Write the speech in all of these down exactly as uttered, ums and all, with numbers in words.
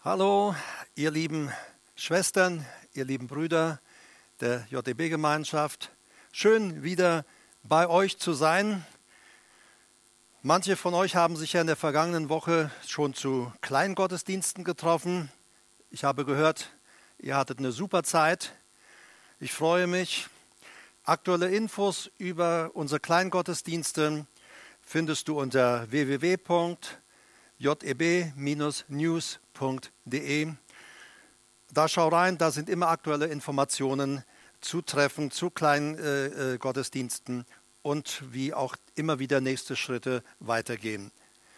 Hallo, ihr lieben Schwestern, ihr lieben Brüder der J E B-Gemeinschaft. Schön, wieder bei euch zu sein. Manche von euch haben sich ja in der vergangenen Woche schon zu Kleingottesdiensten getroffen. Ich habe gehört, ihr hattet eine super Zeit. Ich freue mich. Aktuelle Infos über unsere Kleingottesdienste findest du unter w w w punkt j e b Bindestrich news punkt d e. Da schau rein, da sind immer aktuelle Informationen zu Treffen, zu kleinen äh, äh, Gottesdiensten und wie auch immer wieder nächste Schritte weitergehen.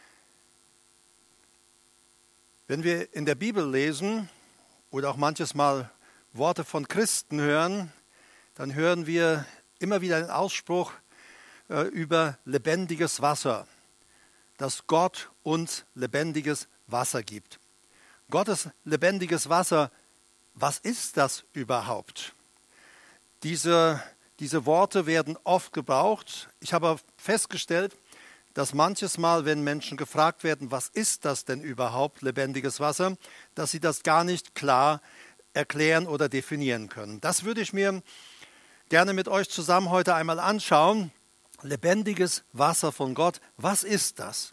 Wenn wir in der Bibel lesen oder auch manches Mal Worte von Christen hören, dann hören wir immer wieder einen Ausspruch äh, über lebendiges Wasser, dass Gott uns lebendiges Wasser gibt. Gottes lebendiges Wasser, was ist das überhaupt? Diese, diese Worte werden oft gebraucht. Ich habe festgestellt, dass manches Mal, wenn Menschen gefragt werden, was ist das denn überhaupt, lebendiges Wasser, dass sie das gar nicht klar erklären oder definieren können. Das würde ich mir gerne mit euch zusammen heute einmal anschauen. Lebendiges Wasser von Gott, was ist das?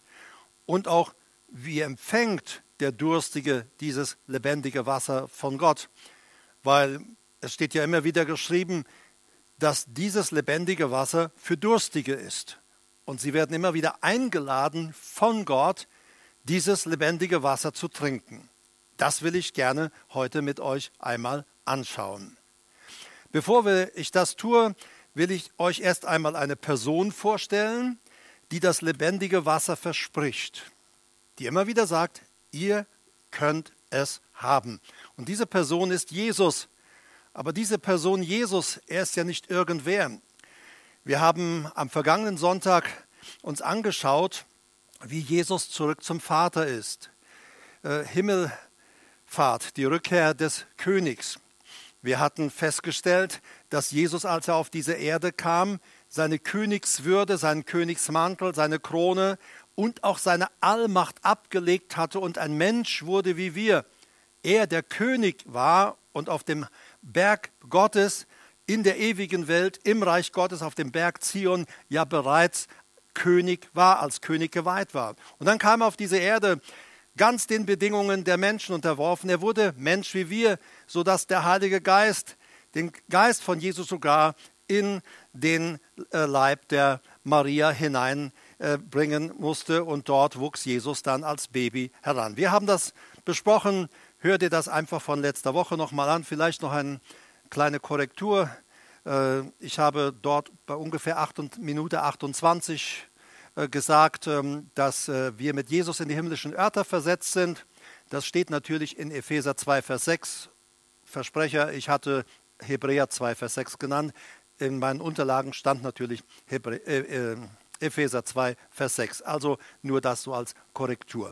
Und auch, wie empfängt der Durstige dieses lebendige Wasser von Gott? Weil es steht ja immer wieder geschrieben, dass dieses lebendige Wasser für Durstige ist. Und sie werden immer wieder eingeladen von Gott, dieses lebendige Wasser zu trinken. Das will ich gerne heute mit euch einmal anschauen. Bevor ich das tue, will ich euch erst einmal eine Person vorstellen, die das lebendige Wasser verspricht, die immer wieder sagt, ihr könnt es haben. Und diese Person ist Jesus. Aber diese Person Jesus, er ist ja nicht irgendwer. Wir haben am vergangenen Sonntag uns angeschaut, wie Jesus zurück zum Vater ist. Äh, Himmelfahrt, die Rückkehr des Königs. Wir hatten festgestellt, dass Jesus, als er auf diese Erde kam, seine Königswürde, seinen Königsmantel, seine Krone und auch seine Allmacht abgelegt hatte und ein Mensch wurde wie wir. Er, der König war und auf dem Berg Gottes, in der ewigen Welt, im Reich Gottes, auf dem Berg Zion, ja bereits König war, als König geweiht war. Und dann kam er auf diese Erde, ganz den Bedingungen der Menschen unterworfen. Er wurde Mensch wie wir, sodass der Heilige Geist, den Geist von Jesus sogar in den Leib der Maria hineinbringen musste. Und dort wuchs Jesus dann als Baby heran. Wir haben das besprochen. Hör dir das einfach von letzter Woche nochmal an. Vielleicht noch eine kleine Korrektur. Ich habe dort bei ungefähr acht Minute achtundzwanzig gesagt, dass wir mit Jesus in die himmlischen Örter versetzt sind. Das steht natürlich in Epheser zwei, Vers sechs. Versprecher, ich hatte Hebräer zwei, Vers sechs genannt. In meinen Unterlagen stand natürlich Hebrä- äh, äh, Epheser zwei, Vers sechs. Also nur das so als Korrektur.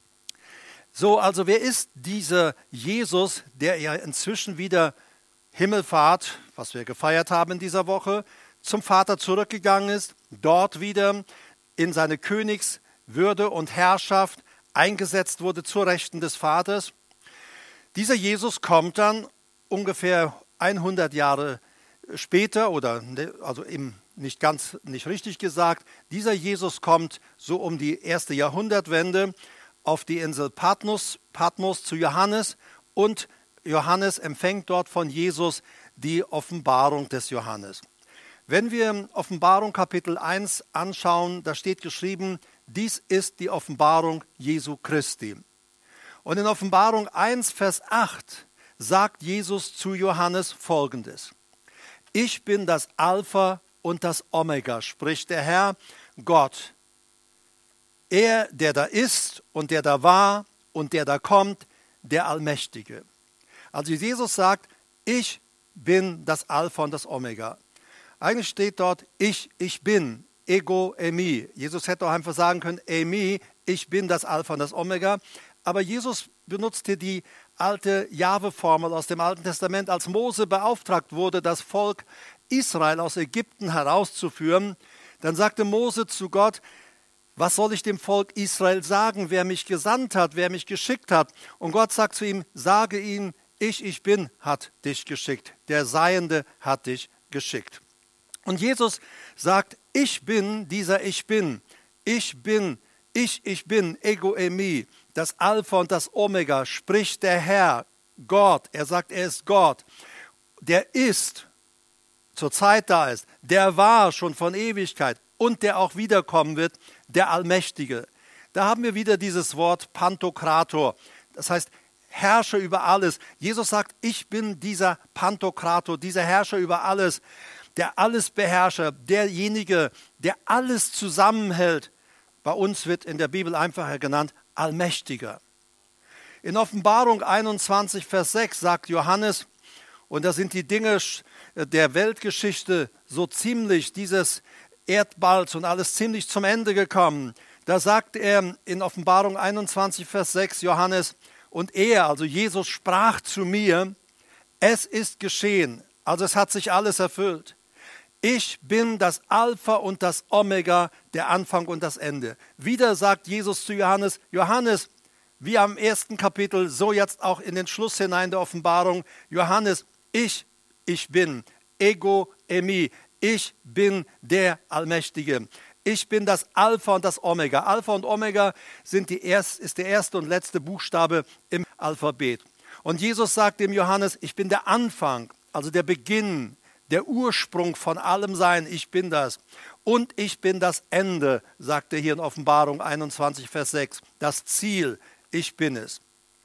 So, also wer ist dieser Jesus, der ja inzwischen wieder Himmelfahrt, was wir gefeiert haben in dieser Woche, zum Vater zurückgegangen ist, dort wieder in seine Königswürde und Herrschaft eingesetzt wurde zur Rechten des Vaters. Dieser Jesus kommt dann ungefähr hundert Jahre später, oder also eben nicht ganz, nicht richtig gesagt, dieser Jesus kommt so um die erste Jahrhundertwende auf die Insel Patmos, Patmos zu Johannes und Johannes empfängt dort von Jesus die Offenbarung des Johannes. Wenn wir Offenbarung Kapitel eins anschauen, da steht geschrieben, dies ist die Offenbarung Jesu Christi. Und in Offenbarung eins, Vers acht sagt Jesus zu Johannes Folgendes. Ich bin das Alpha und das Omega, spricht der Herr Gott. Er, der da ist und der da war und der da kommt, der Allmächtige. Also Jesus sagt, ich bin das Alpha und das Omega. Eigentlich steht dort, ich, ich bin, ego, emi. Jesus hätte auch einfach sagen können, emi, ich bin das Alpha und das Omega. Aber Jesus benutzt hier die alte Jahwe-Formel aus dem Alten Testament. Als Mose beauftragt wurde, das Volk Israel aus Ägypten herauszuführen, dann sagte Mose zu Gott, Was soll ich dem Volk Israel sagen, wer mich gesandt hat, wer mich geschickt hat? Und Gott sagt zu ihm, sage ihnen, ich, ich bin, hat dich geschickt. Der Seiende hat dich geschickt. Und Jesus sagt, ich bin dieser Ich bin. Ich bin, ich, ich bin, Ego Eimi, das Alpha und das Omega, spricht der Herr, Gott. Er sagt, er ist Gott. Der ist, zur Zeit da ist, der war schon von Ewigkeit und der auch wiederkommen wird, der Allmächtige. Da haben wir wieder dieses Wort Pantokrator. Das heißt, Herrscher über alles. Jesus sagt, ich bin dieser Pantokrator, dieser Herrscher über alles, der alles Beherrscher, derjenige, der alles zusammenhält. Bei uns wird in der Bibel einfach genannt Allmächtiger. In Offenbarung einundzwanzig, Vers sechs sagt Johannes, und da sind die Dinge der Weltgeschichte so ziemlich, dieses Erdballs und alles ziemlich zum Ende gekommen. Da sagt er in Offenbarung einundzwanzig, Vers sechs, Johannes, und er, also Jesus, sprach zu mir, es ist geschehen, also es hat sich alles erfüllt. Ich bin das Alpha und das Omega, der Anfang und das Ende. Wieder sagt Jesus zu Johannes, Johannes, wie am ersten Kapitel, so jetzt auch in den Schluss hinein der Offenbarung, Johannes, ich, ich bin, Ego Eimi, ich bin der Allmächtige. Ich bin das Alpha und das Omega. Alpha und Omega sind die erst, ist der erste und letzte Buchstabe im Alphabet. Und Jesus sagt dem Johannes, ich bin der Anfang, also der Beginn, der Ursprung von allem Sein. Ich bin das. Und ich bin das Ende, sagt er hier in Offenbarung einundzwanzig, Vers sechs. Das Ziel, ich bin es.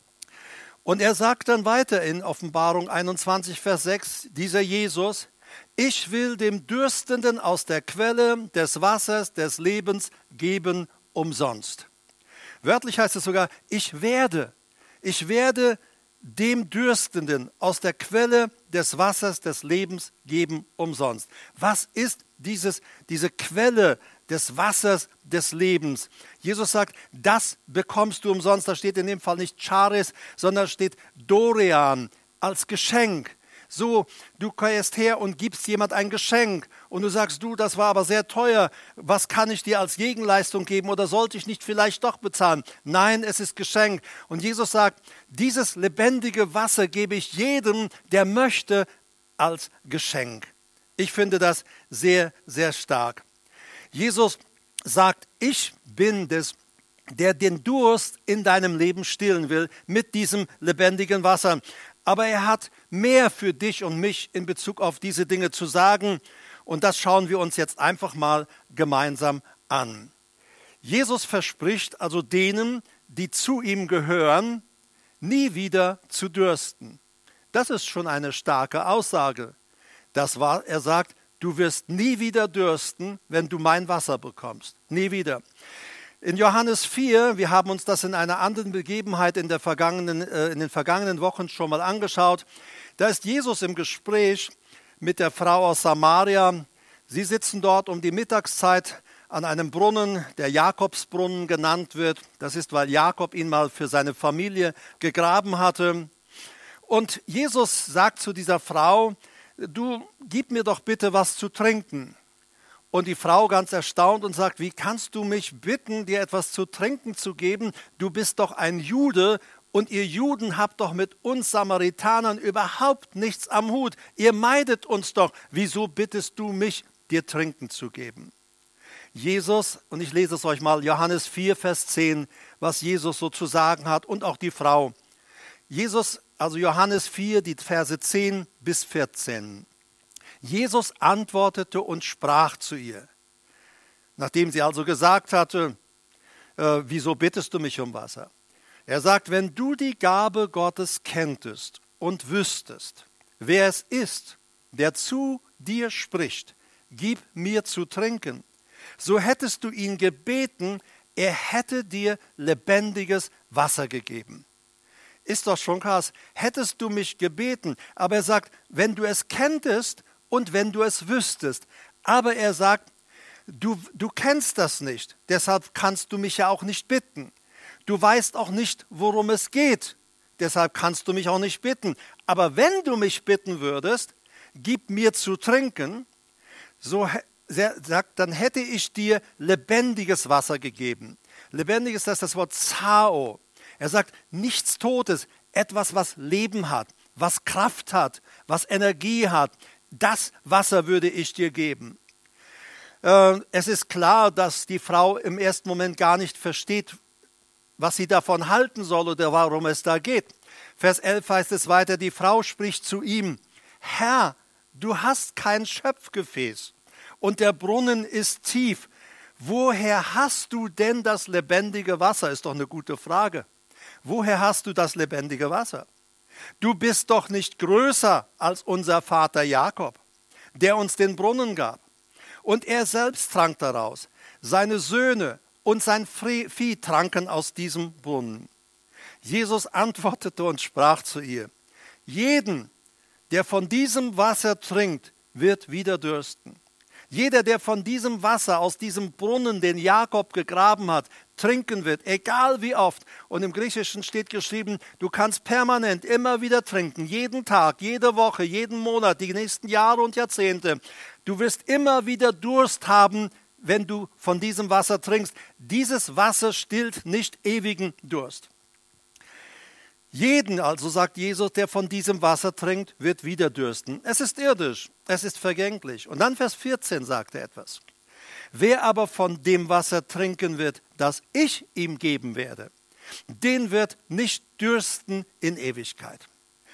Und er sagt dann weiter in Offenbarung einundzwanzig, Vers sechs, dieser Jesus, ich will dem Dürstenden aus der Quelle des Wassers des Lebens geben umsonst. Wörtlich heißt es sogar, ich werde, ich werde dem Dürstenden aus der Quelle des Wassers des Lebens geben umsonst. Was ist dieses, diese Quelle des Wassers des Lebens? Jesus sagt, das bekommst du umsonst. Da steht in dem Fall nicht Charis, sondern steht Dorean als Geschenk. So, du gehst her und gibst jemand ein Geschenk und du sagst, du, das war aber sehr teuer, was kann ich dir als Gegenleistung geben oder sollte ich nicht vielleicht doch bezahlen? Nein, es ist Geschenk. Und Jesus sagt, dieses lebendige Wasser gebe ich jedem, der möchte, als Geschenk. Ich finde das sehr, sehr stark. Jesus sagt, ich bin das, der den Durst in deinem Leben stillen will mit diesem lebendigen Wasser. Aber er hat mehr für dich und mich in Bezug auf diese Dinge zu sagen. Und das schauen wir uns jetzt einfach mal gemeinsam an. Jesus verspricht also denen, die zu ihm gehören, nie wieder zu dürsten. Das ist schon eine starke Aussage. Das war, er sagt, du wirst nie wieder dürsten, wenn du mein Wasser bekommst. Nie wieder. In Johannes vier, wir haben uns das in einer anderen Begebenheit in, der vergangenen, äh, in den vergangenen Wochen schon mal angeschaut, da ist Jesus im Gespräch mit der Frau aus Samaria. Sie sitzen dort um die Mittagszeit an einem Brunnen, der Jakobsbrunnen genannt wird. Das ist, weil Jakob ihn mal für seine Familie gegraben hatte. Und Jesus sagt zu dieser Frau, du, gib mir doch bitte was zu trinken. Und die Frau ganz erstaunt und sagt, wie kannst du mich bitten, dir etwas zu trinken zu geben? Du bist doch ein Jude und ihr Juden habt doch mit uns Samaritanern überhaupt nichts am Hut. Ihr meidet uns doch. Wieso bittest du mich, dir trinken zu geben? Jesus, und ich lese es euch mal, Johannes vier, Vers zehn, was Jesus so zu sagen hat und auch die Frau. Jesus, also Johannes vier, die Verse zehn bis vierzehn. Jesus antwortete und sprach zu ihr, nachdem sie also gesagt hatte, äh, wieso bittest du mich um Wasser? Er sagt, wenn du die Gabe Gottes kenntest und wüsstest, wer es ist, der zu dir spricht, gib mir zu trinken, so hättest du ihn gebeten, er hätte dir lebendiges Wasser gegeben. Ist doch schon krass, hättest du mich gebeten, aber er sagt, wenn du es kenntest und wenn du es wüsstest. Aber er sagt, du, du kennst das nicht, deshalb kannst du mich ja auch nicht bitten. Du weißt auch nicht, worum es geht, deshalb kannst du mich auch nicht bitten. Aber wenn du mich bitten würdest, gib mir zu trinken, so, er sagt, dann hätte ich dir lebendiges Wasser gegeben. Lebendiges, das ist das Wort Zao. Er sagt, nichts Totes, etwas, was Leben hat, was Kraft hat, was Energie hat. Das Wasser würde ich dir geben. Äh, es ist klar, dass die Frau im ersten Moment gar nicht versteht, was sie davon halten soll oder warum es da geht. Vers elf heißt es weiter, die Frau spricht zu ihm, Herr, du hast kein Schöpfgefäß und der Brunnen ist tief. Woher hast du denn das lebendige Wasser? Ist doch eine gute Frage. Woher hast du das lebendige Wasser? Du bist doch nicht größer als unser Vater Jakob, der uns den Brunnen gab. Und er selbst trank daraus. Seine Söhne und sein Vieh tranken aus diesem Brunnen. Jesus antwortete und sprach zu ihr, jeden, der von diesem Wasser trinkt, wird wieder dürsten. Jeder, der von diesem Wasser aus diesem Brunnen, den Jakob gegraben hat, trinken wird, egal wie oft. Und im Griechischen steht geschrieben, du kannst permanent immer wieder trinken, jeden Tag, jede Woche, jeden Monat, die nächsten Jahre und Jahrzehnte. Du wirst immer wieder Durst haben, wenn du von diesem Wasser trinkst. Dieses Wasser stillt nicht ewigen Durst. Jeden, also sagt Jesus, der von diesem Wasser trinkt, wird wieder dürsten. Es ist irdisch, es ist vergänglich. Und dann Vers vierzehn sagt er etwas. Wer aber von dem Wasser trinken wird, das ich ihm geben werde, den wird nicht dürsten in Ewigkeit.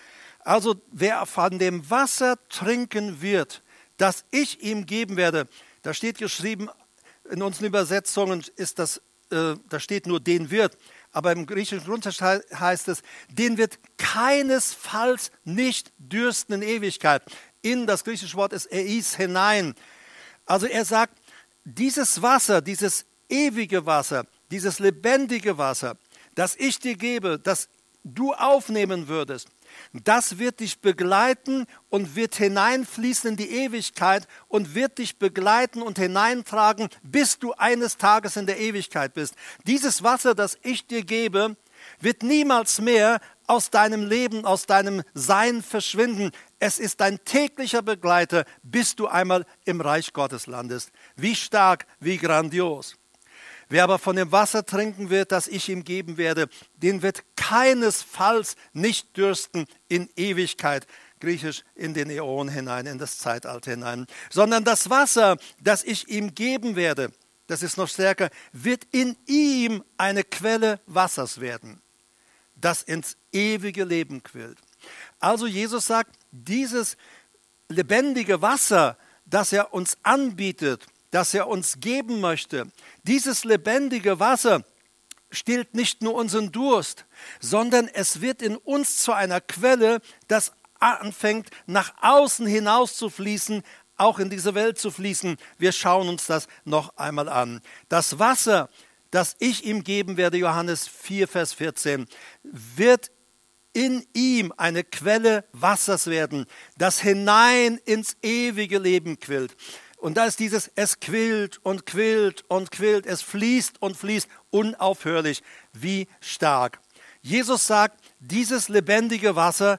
Also wer von dem Wasser trinken wird, das ich ihm geben werde, da steht geschrieben, in unseren Übersetzungen ist das, äh, da steht nur den wird, aber im griechischen Grundtext heißt es, den wird keinesfalls nicht dürsten in Ewigkeit. In das griechische Wort ist eis hinein. Also er sagt, dieses Wasser, dieses ewige Wasser, dieses lebendige Wasser, das ich dir gebe, das du aufnehmen würdest, das wird dich begleiten und wird hineinfließen in die Ewigkeit und wird dich begleiten und hineintragen, bis du eines Tages in der Ewigkeit bist. Dieses Wasser, das ich dir gebe, wird niemals mehr aus deinem Leben, aus deinem Sein verschwinden. Es ist dein täglicher Begleiter, bis du einmal im Reich Gottes landest. Wie stark, wie grandios. Wer aber von dem Wasser trinken wird, das ich ihm geben werde, den wird keinesfalls nicht dürsten in Ewigkeit, griechisch in den Äon hinein, in das Zeitalter hinein, sondern das Wasser, das ich ihm geben werde, das ist noch stärker, wird in ihm eine Quelle Wassers werden, das ins ewige Leben quillt. Also Jesus sagt, dieses lebendige Wasser, das er uns anbietet, das er uns geben möchte, dieses lebendige Wasser stillt nicht nur unseren Durst, sondern es wird in uns zu einer Quelle, das anfängt nach außen hinaus zu fließen, auch in diese Welt zu fließen. Wir schauen uns das noch einmal an. Das Wasser, das ich ihm geben werde, Johannes vier, Vers vierzehn, wird in ihm eine Quelle Wassers werden, das hinein ins ewige Leben quillt. Und da ist dieses, es quillt und quillt und quillt, es fließt und fließt unaufhörlich. Wie stark. Jesus sagt, dieses lebendige Wasser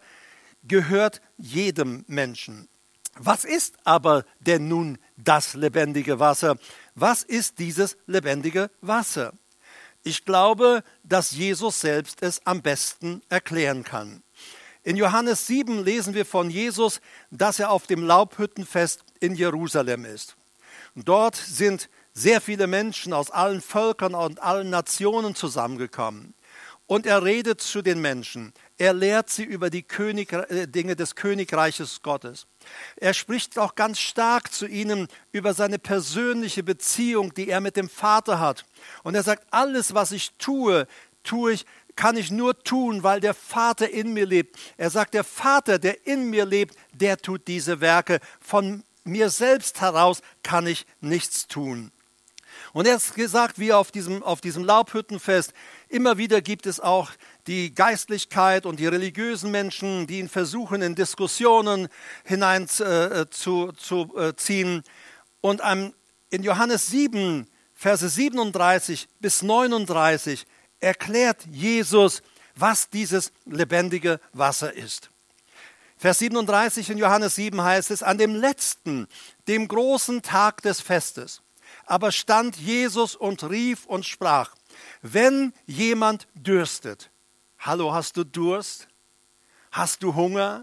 gehört jedem Menschen. Was ist aber denn nun das lebendige Wasser? Was ist dieses lebendige Wasser? Ich glaube, dass Jesus selbst es am besten erklären kann. In Johannes sieben lesen wir von Jesus, dass er auf dem Laubhüttenfest in Jerusalem ist. Und dort sind sehr viele Menschen aus allen Völkern und allen Nationen zusammengekommen. Und er redet zu den Menschen. Er lehrt sie über die König, äh, Dinge des Königreiches Gottes. Er spricht auch ganz stark zu ihnen über seine persönliche Beziehung, die er mit dem Vater hat. Und er sagt, alles, was ich tue, tue ich, kann ich nur tun, weil der Vater in mir lebt. Er sagt, der Vater, der in mir lebt, der tut diese Werke. Von mir selbst heraus kann ich nichts tun. Und er hat gesagt, wie auf diesem, auf diesem Laubhüttenfest, immer wieder gibt es auch die Geistlichkeit und die religiösen Menschen, die ihn versuchen, in Diskussionen hineinzuziehen. Zu, zu, äh, ziehen. Und am, in Johannes sieben, Verse siebenunddreißig bis neununddreißig, erklärt Jesus, was dieses lebendige Wasser ist. Vers siebenunddreißig in Johannes sieben heißt es, an dem letzten, dem großen Tag des Festes, aber stand Jesus und rief und sprach, wenn jemand dürstet, hallo, hast du Durst? Hast du Hunger?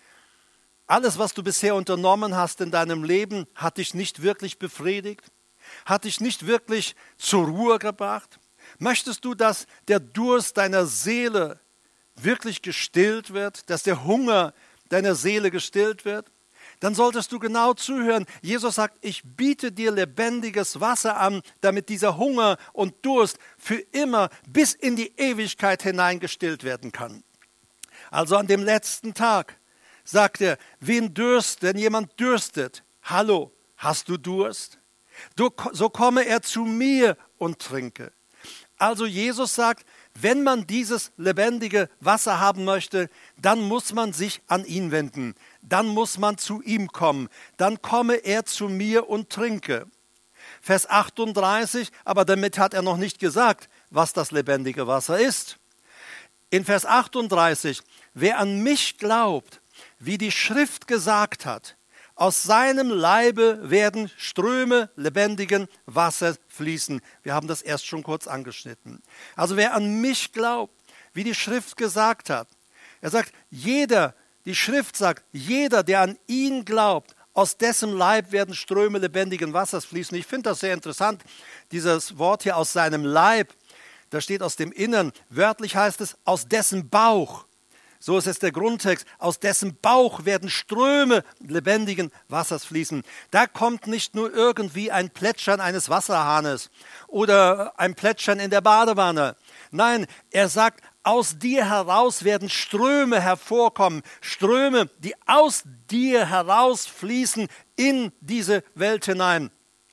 Alles, was du bisher unternommen hast in deinem Leben, hat dich nicht wirklich befriedigt, hat dich nicht wirklich zur Ruhe gebracht. Möchtest du, dass der Durst deiner Seele wirklich gestillt wird, dass der Hunger deiner Seele gestillt wird? Dann solltest du genau zuhören. Jesus sagt, ich biete dir lebendiges Wasser an, damit dieser Hunger und Durst für immer bis in die Ewigkeit hinein gestillt werden kann. Also an dem letzten Tag sagt er, wen dürst, wenn jemand dürstet, hallo, hast du Durst? Du, so komme er zu mir und trinke. Also Jesus sagt, wenn man dieses lebendige Wasser haben möchte, dann muss man sich an ihn wenden. Dann muss man zu ihm kommen. Dann komme er zu mir und trinke. Vers achtunddreißig, aber damit hat er noch nicht gesagt, was das lebendige Wasser ist. In Vers achtunddreißig, wer an mich glaubt, wie die Schrift gesagt hat, aus seinem Leibe werden Ströme lebendigen Wassers fließen. Wir haben das erst schon kurz angeschnitten. Also wer an mich glaubt, wie die Schrift gesagt hat. Er sagt, jeder, die Schrift sagt, jeder, der an ihn glaubt, aus dessen Leib werden Ströme lebendigen Wassers fließen. Ich finde das sehr interessant, dieses Wort hier aus seinem Leib, das steht aus dem Innern. Wörtlich heißt es, aus dessen Bauch. So ist es der Grundtext. Aus dessen Bauch werden Ströme lebendigen Wassers fließen. Da kommt nicht nur irgendwie ein Plätschern eines Wasserhahnes oder ein Plätschern in der Badewanne. Nein, er sagt, aus dir heraus werden Ströme hervorkommen. Ströme, die aus dir herausfließen in diese Welt hinein.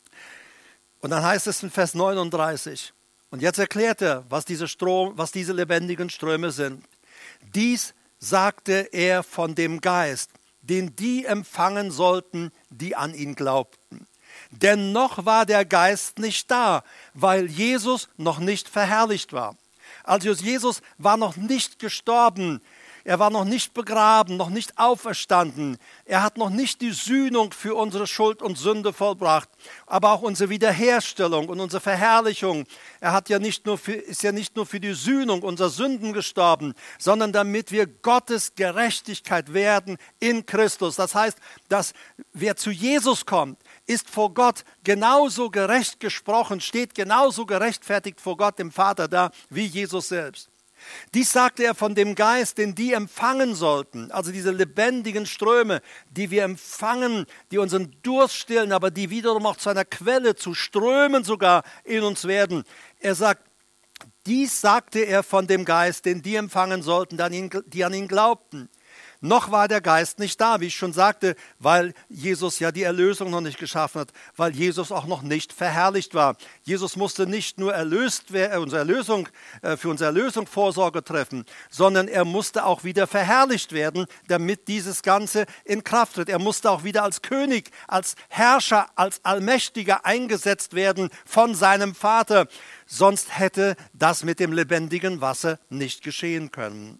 Und dann heißt es in Vers neununddreißig. Und jetzt erklärt er, was diese, Strom, was diese lebendigen Ströme sind. Dies sagte er von dem Geist, den die empfangen sollten, die an ihn glaubten. Denn noch war der Geist nicht da, weil Jesus noch nicht verherrlicht war. Also Jesus war noch nicht gestorben, er war noch nicht begraben, noch nicht auferstanden. Er hat noch nicht die Sühnung für unsere Schuld und Sünde vollbracht, aber auch unsere Wiederherstellung und unsere Verherrlichung. Er hat ja nicht nur für, ist ja nicht nur für die Sühnung unserer Sünden gestorben, sondern damit wir Gottes Gerechtigkeit werden in Christus. Das heißt, dass wer zu Jesus kommt, ist vor Gott genauso gerecht gesprochen, steht genauso gerechtfertigt vor Gott, dem Vater, da, wie Jesus selbst. Dies sagte er von dem Geist, den die empfangen sollten, also diese lebendigen Ströme, die wir empfangen, die unseren Durst stillen, aber die wiederum auch zu einer Quelle, zu Strömen sogar in uns werden. Er sagt, dies sagte er von dem Geist, den die empfangen sollten, die an ihn glaubten. Noch war der Geist nicht da, wie ich schon sagte, weil Jesus ja die Erlösung noch nicht geschaffen hat, weil Jesus auch noch nicht verherrlicht war. Jesus musste nicht nur erlöst werden, unsere Erlösung, für unsere Erlösung Vorsorge treffen, sondern er musste auch wieder verherrlicht werden, damit dieses Ganze in Kraft tritt. Er musste auch wieder als König, als Herrscher, als Allmächtiger eingesetzt werden von seinem Vater. Sonst hätte das mit dem lebendigen Wasser nicht geschehen können.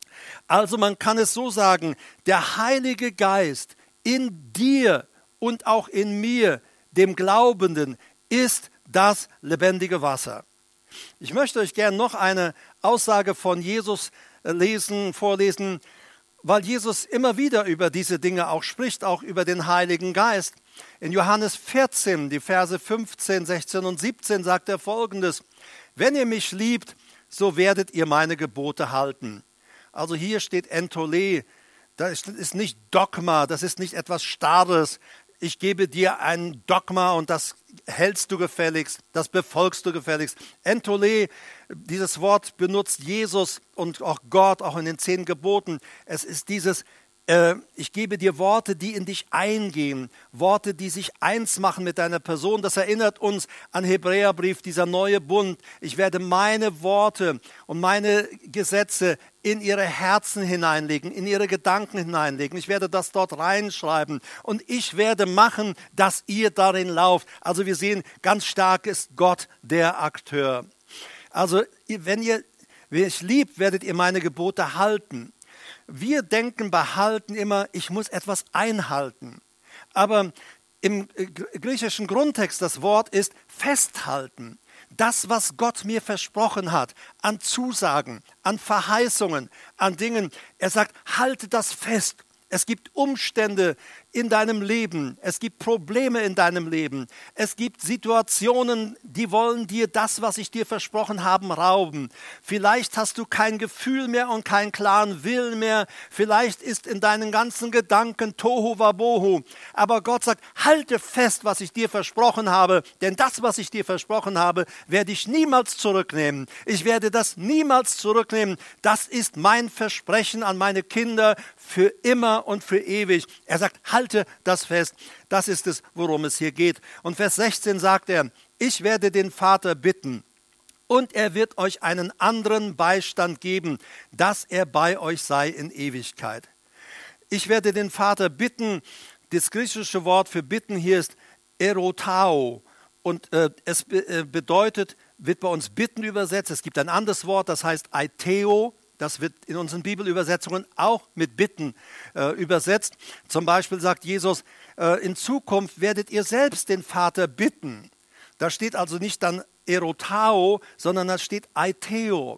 Also man kann es so sagen, der Heilige Geist in dir und auch in mir, dem Glaubenden, ist das lebendige Wasser. Ich möchte euch gerne noch eine Aussage von Jesus lesen, vorlesen, weil Jesus immer wieder über diese Dinge auch spricht, auch über den Heiligen Geist. In Johannes vierzehn, die Verse fünfzehn, sechzehn und siebzehn sagt er Folgendes: Wenn ihr mich liebt, so werdet ihr meine Gebote halten. Also hier steht Entole, das ist nicht Dogma, das ist nicht etwas Starres. Ich gebe dir ein Dogma und das hältst du gefälligst, das befolgst du gefälligst. Entole, dieses Wort benutzt Jesus und auch Gott, auch in den zehn Geboten. Es ist dieses, äh, ich gebe dir Worte, die in dich eingehen, Worte, die sich eins machen mit deiner Person. Das erinnert uns an Hebräerbrief, dieser neue Bund. Ich werde meine Worte und meine Gesetze in ihre Herzen hineinlegen, in ihre Gedanken hineinlegen. Ich werde das dort reinschreiben und ich werde machen, dass ihr darin lauft. Also wir sehen, ganz stark ist Gott der Akteur. Also wenn ihr mich liebt, werdet ihr meine Gebote halten. wir denken bei Halten immer, ich muss etwas einhalten. Aber im griechischen Grundtext das Wort ist festhalten. Das, was Gott mir versprochen hat, an Zusagen, an Verheißungen, an Dingen. Er sagt, halte das fest. Es gibt Umstände in deinem Leben, es gibt Probleme in deinem Leben, es gibt Situationen, die wollen dir das, was ich dir versprochen habe, rauben. Vielleicht hast du kein Gefühl mehr und keinen klaren Willen mehr, vielleicht ist in deinen ganzen Gedanken Tohu Wabohu, aber Gott sagt, halte fest, was ich dir versprochen habe, denn das, was ich dir versprochen habe, werde ich niemals zurücknehmen. Ich werde das niemals zurücknehmen. Das ist mein Versprechen an meine Kinder für immer und für ewig. Er sagt, halte das fest. Das ist es, worum es hier geht. Und Vers sechzehn sagt er, ich werde den Vater bitten und er wird euch einen anderen Beistand geben, dass er bei euch sei in Ewigkeit. Ich werde den Vater bitten. Das griechische Wort für bitten hier ist erotao und äh, es be- äh, bedeutet, wird bei uns bitten übersetzt. Es gibt ein anderes Wort, das heißt aiteo. Das wird in unseren Bibelübersetzungen auch mit Bitten äh, übersetzt. Zum Beispiel sagt Jesus, äh, in Zukunft werdet ihr selbst den Vater bitten. Da steht also nicht dann erotao, sondern da steht aiteo.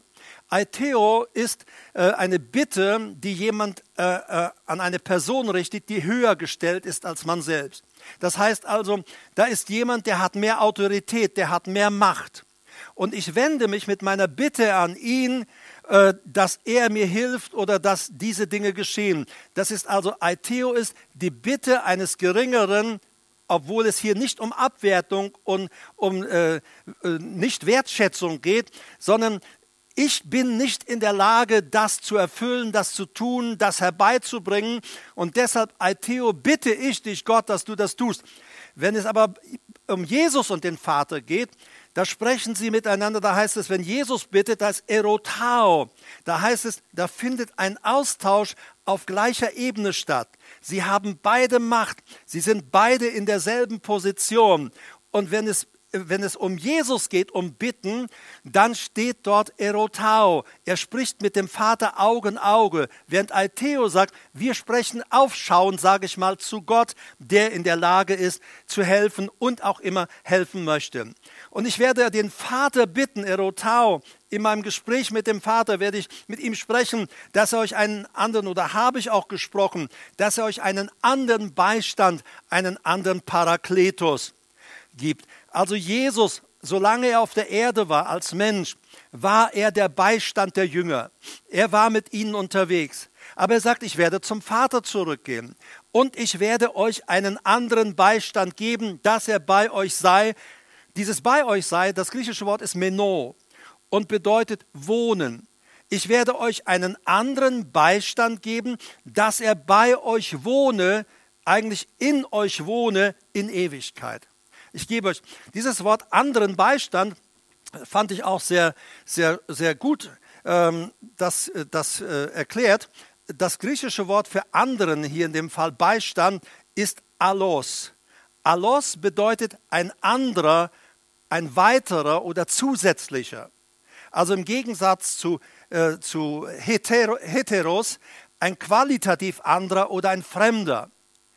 Aiteo ist äh, eine Bitte, die jemand äh, äh, an eine Person richtet, die höher gestellt ist als man selbst. Das heißt also, da ist jemand, der hat mehr Autorität, der hat mehr Macht. Und ich wende mich mit meiner Bitte an ihn, äh, dass er mir hilft oder dass diese Dinge geschehen. Das ist also, aiteo ist die Bitte eines Geringeren, obwohl es hier nicht um Abwertung und um äh, Nicht-Wertschätzung geht, sondern ich bin nicht in der Lage, das zu erfüllen, das zu tun, das herbeizubringen. Und deshalb, aiteo, bitte ich dich, Gott, dass du das tust. Wenn es aber um Jesus und den Vater geht, da sprechen sie miteinander, da heißt es, wenn Jesus bittet, da ist erotao. Da heißt es, da findet ein Austausch auf gleicher Ebene statt. Sie haben beide Macht, sie sind beide in derselben Position. Und wenn es Wenn es um Jesus geht, um Bitten, dann steht dort erotao. Er spricht mit dem Vater Auge in Auge. Während aiteo sagt, wir sprechen aufschauend, sage ich mal, zu Gott, der in der Lage ist, zu helfen und auch immer helfen möchte. Und ich werde den Vater bitten, erotao, in meinem Gespräch mit dem Vater werde ich mit ihm sprechen, dass er euch einen anderen, oder habe ich auch gesprochen, dass er euch einen anderen Beistand, einen anderen Parakletos gibt. Also Jesus, solange er auf der Erde war als Mensch, war er der Beistand der Jünger. Er war mit ihnen unterwegs. Aber er sagt, ich werde zum Vater zurückgehen und ich werde euch einen anderen Beistand geben, dass er bei euch sei. Dieses bei euch sei, das griechische Wort ist meno und bedeutet wohnen. Ich werde euch einen anderen Beistand geben, dass er bei euch wohne, eigentlich in euch wohne in Ewigkeit. Ich gebe euch dieses Wort anderen Beistand, fand ich auch sehr, sehr, sehr gut, ähm, das, das äh, erklärt. Das griechische Wort für anderen, hier in dem Fall Beistand, ist allos. Allos bedeutet ein anderer, ein weiterer oder zusätzlicher. Also im Gegensatz zu, äh, zu hetero, heteros, ein qualitativ anderer oder ein Fremder.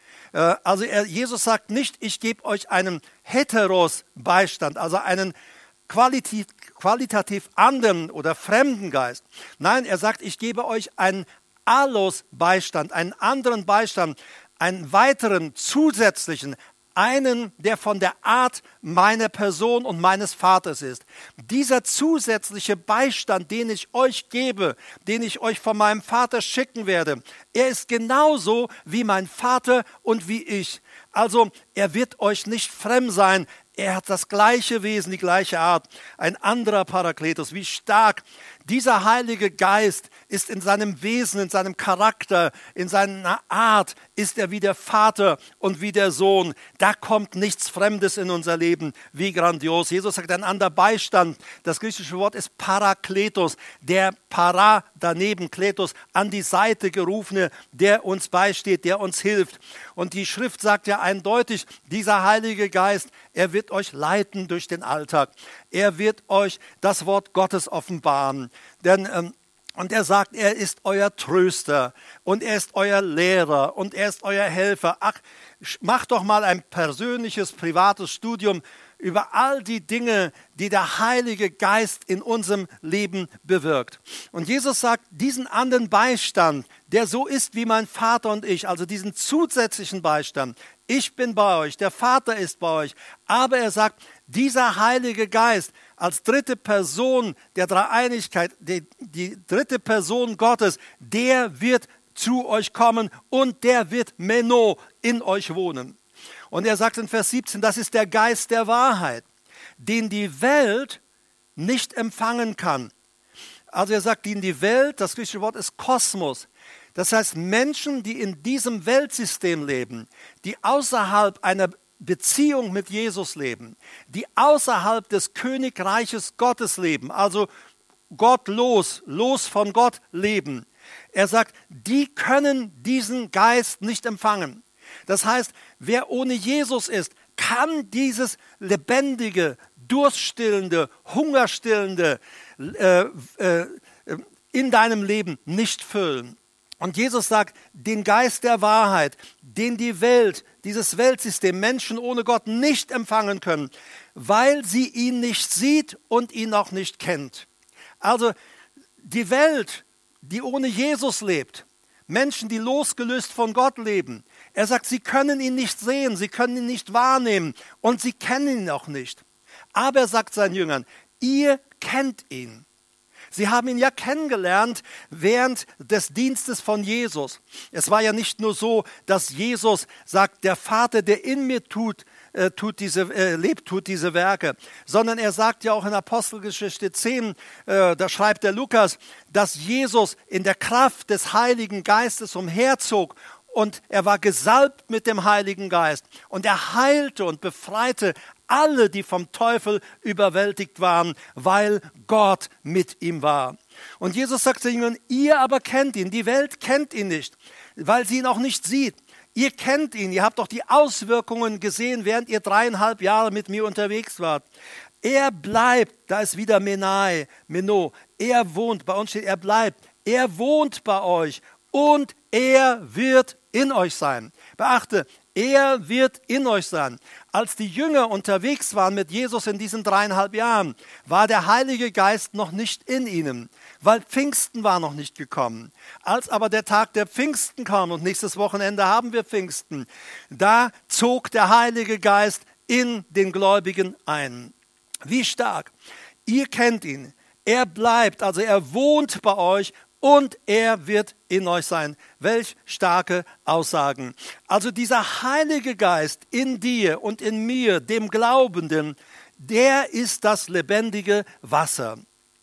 Also er, Jesus sagt nicht, ich gebe euch einen heteros Beistand, also einen qualitativ, qualitativ anderen oder fremden Geist. Nein, er sagt, ich gebe euch einen allos Beistand, einen anderen Beistand, einen weiteren zusätzlichen, einen, der von der Art meiner Person und meines Vaters ist. Dieser zusätzliche Beistand, den ich euch gebe, den ich euch von meinem Vater schicken werde, er ist genauso wie mein Vater und wie ich. Also er wird euch nicht fremd sein. Er hat das gleiche Wesen, die gleiche Art. Ein anderer Parakletos. Wie stark dieser Heilige Geist ist in seinem Wesen, in seinem Charakter, in seiner Art, ist er wie der Vater und wie der Sohn. Da kommt nichts Fremdes in unser Leben. Wie grandios. Jesus sagt ein anderer Beistand. Das griechische Wort ist Parakletos. Der Para daneben, Kletos, an die Seite gerufene, der uns beisteht, der uns hilft. Und die Schrift sagt ja eindeutig, dieser Heilige Geist, er wird euch leiten durch den Alltag. Er wird euch das Wort Gottes offenbaren. Denn ähm, Und er sagt, er ist euer Tröster und er ist euer Lehrer und er ist euer Helfer. Ach, macht doch mal ein persönliches, privates Studium über all die Dinge, die der Heilige Geist in unserem Leben bewirkt. Und Jesus sagt, diesen anderen Beistand, der so ist wie mein Vater und ich, also diesen zusätzlichen Beistand, ich bin bei euch, der Vater ist bei euch, aber er sagt, dieser Heilige Geist als dritte Person der Dreieinigkeit, die, die dritte Person Gottes, der wird zu euch kommen und der wird Meno in euch wohnen. Und er sagt in Vers siebzehn, das ist der Geist der Wahrheit, den die Welt nicht empfangen kann. Also er sagt, den die Welt, das griechische Wort ist Kosmos. Das heißt, Menschen, die in diesem Weltsystem leben, die außerhalb einer Beziehung mit Jesus leben, die außerhalb des Königreiches Gottes leben, also gottlos, los von Gott leben. Er sagt, die können diesen Geist nicht empfangen. Das heißt, wer ohne Jesus ist, kann dieses lebendige, durststillende, hungerstillende äh, äh, in deinem Leben nicht füllen. Und Jesus sagt, den Geist der Wahrheit, den die Welt, dieses Weltsystem, Menschen ohne Gott nicht empfangen können, weil sie ihn nicht sieht und ihn auch nicht kennt. Also die Welt, die ohne Jesus lebt, Menschen, die losgelöst von Gott leben, er sagt, sie können ihn nicht sehen, sie können ihn nicht wahrnehmen und sie kennen ihn auch nicht. Aber er sagt seinen Jüngern, ihr kennt ihn. Sie haben ihn ja kennengelernt während des Dienstes von Jesus. Es war ja nicht nur so, dass Jesus sagt, der Vater, der in mir tut, äh, tut diese, äh, lebt, tut diese Werke, sondern er sagt ja auch in Apostelgeschichte zehn, äh, da schreibt der Lukas, dass Jesus in der Kraft des Heiligen Geistes umherzog und er war gesalbt mit dem Heiligen Geist und er heilte und befreite alle, die vom Teufel überwältigt waren, weil Gott mit ihm war. Und Jesus sagt den Jüngern, ihr aber kennt ihn, die Welt kennt ihn nicht, weil sie ihn auch nicht sieht. Ihr kennt ihn, ihr habt doch die Auswirkungen gesehen, während ihr dreieinhalb Jahre mit mir unterwegs wart. Er bleibt, da ist wieder Menai, Meno, er wohnt, bei uns steht, er bleibt, er wohnt bei euch und er wird in euch sein. Beachte, er wird in euch sein. Als die Jünger unterwegs waren mit Jesus in diesen dreieinhalb Jahren, war der Heilige Geist noch nicht in ihnen, weil Pfingsten war noch nicht gekommen. Als aber der Tag der Pfingsten kam, und nächstes Wochenende haben wir Pfingsten, da zog der Heilige Geist in den Gläubigen ein. Wie stark! Ihr kennt ihn. Er bleibt, also er wohnt bei euch und er wird in euch sein. Welch starke Aussagen. Also dieser Heilige Geist in dir und in mir, dem Glaubenden, der ist das lebendige Wasser.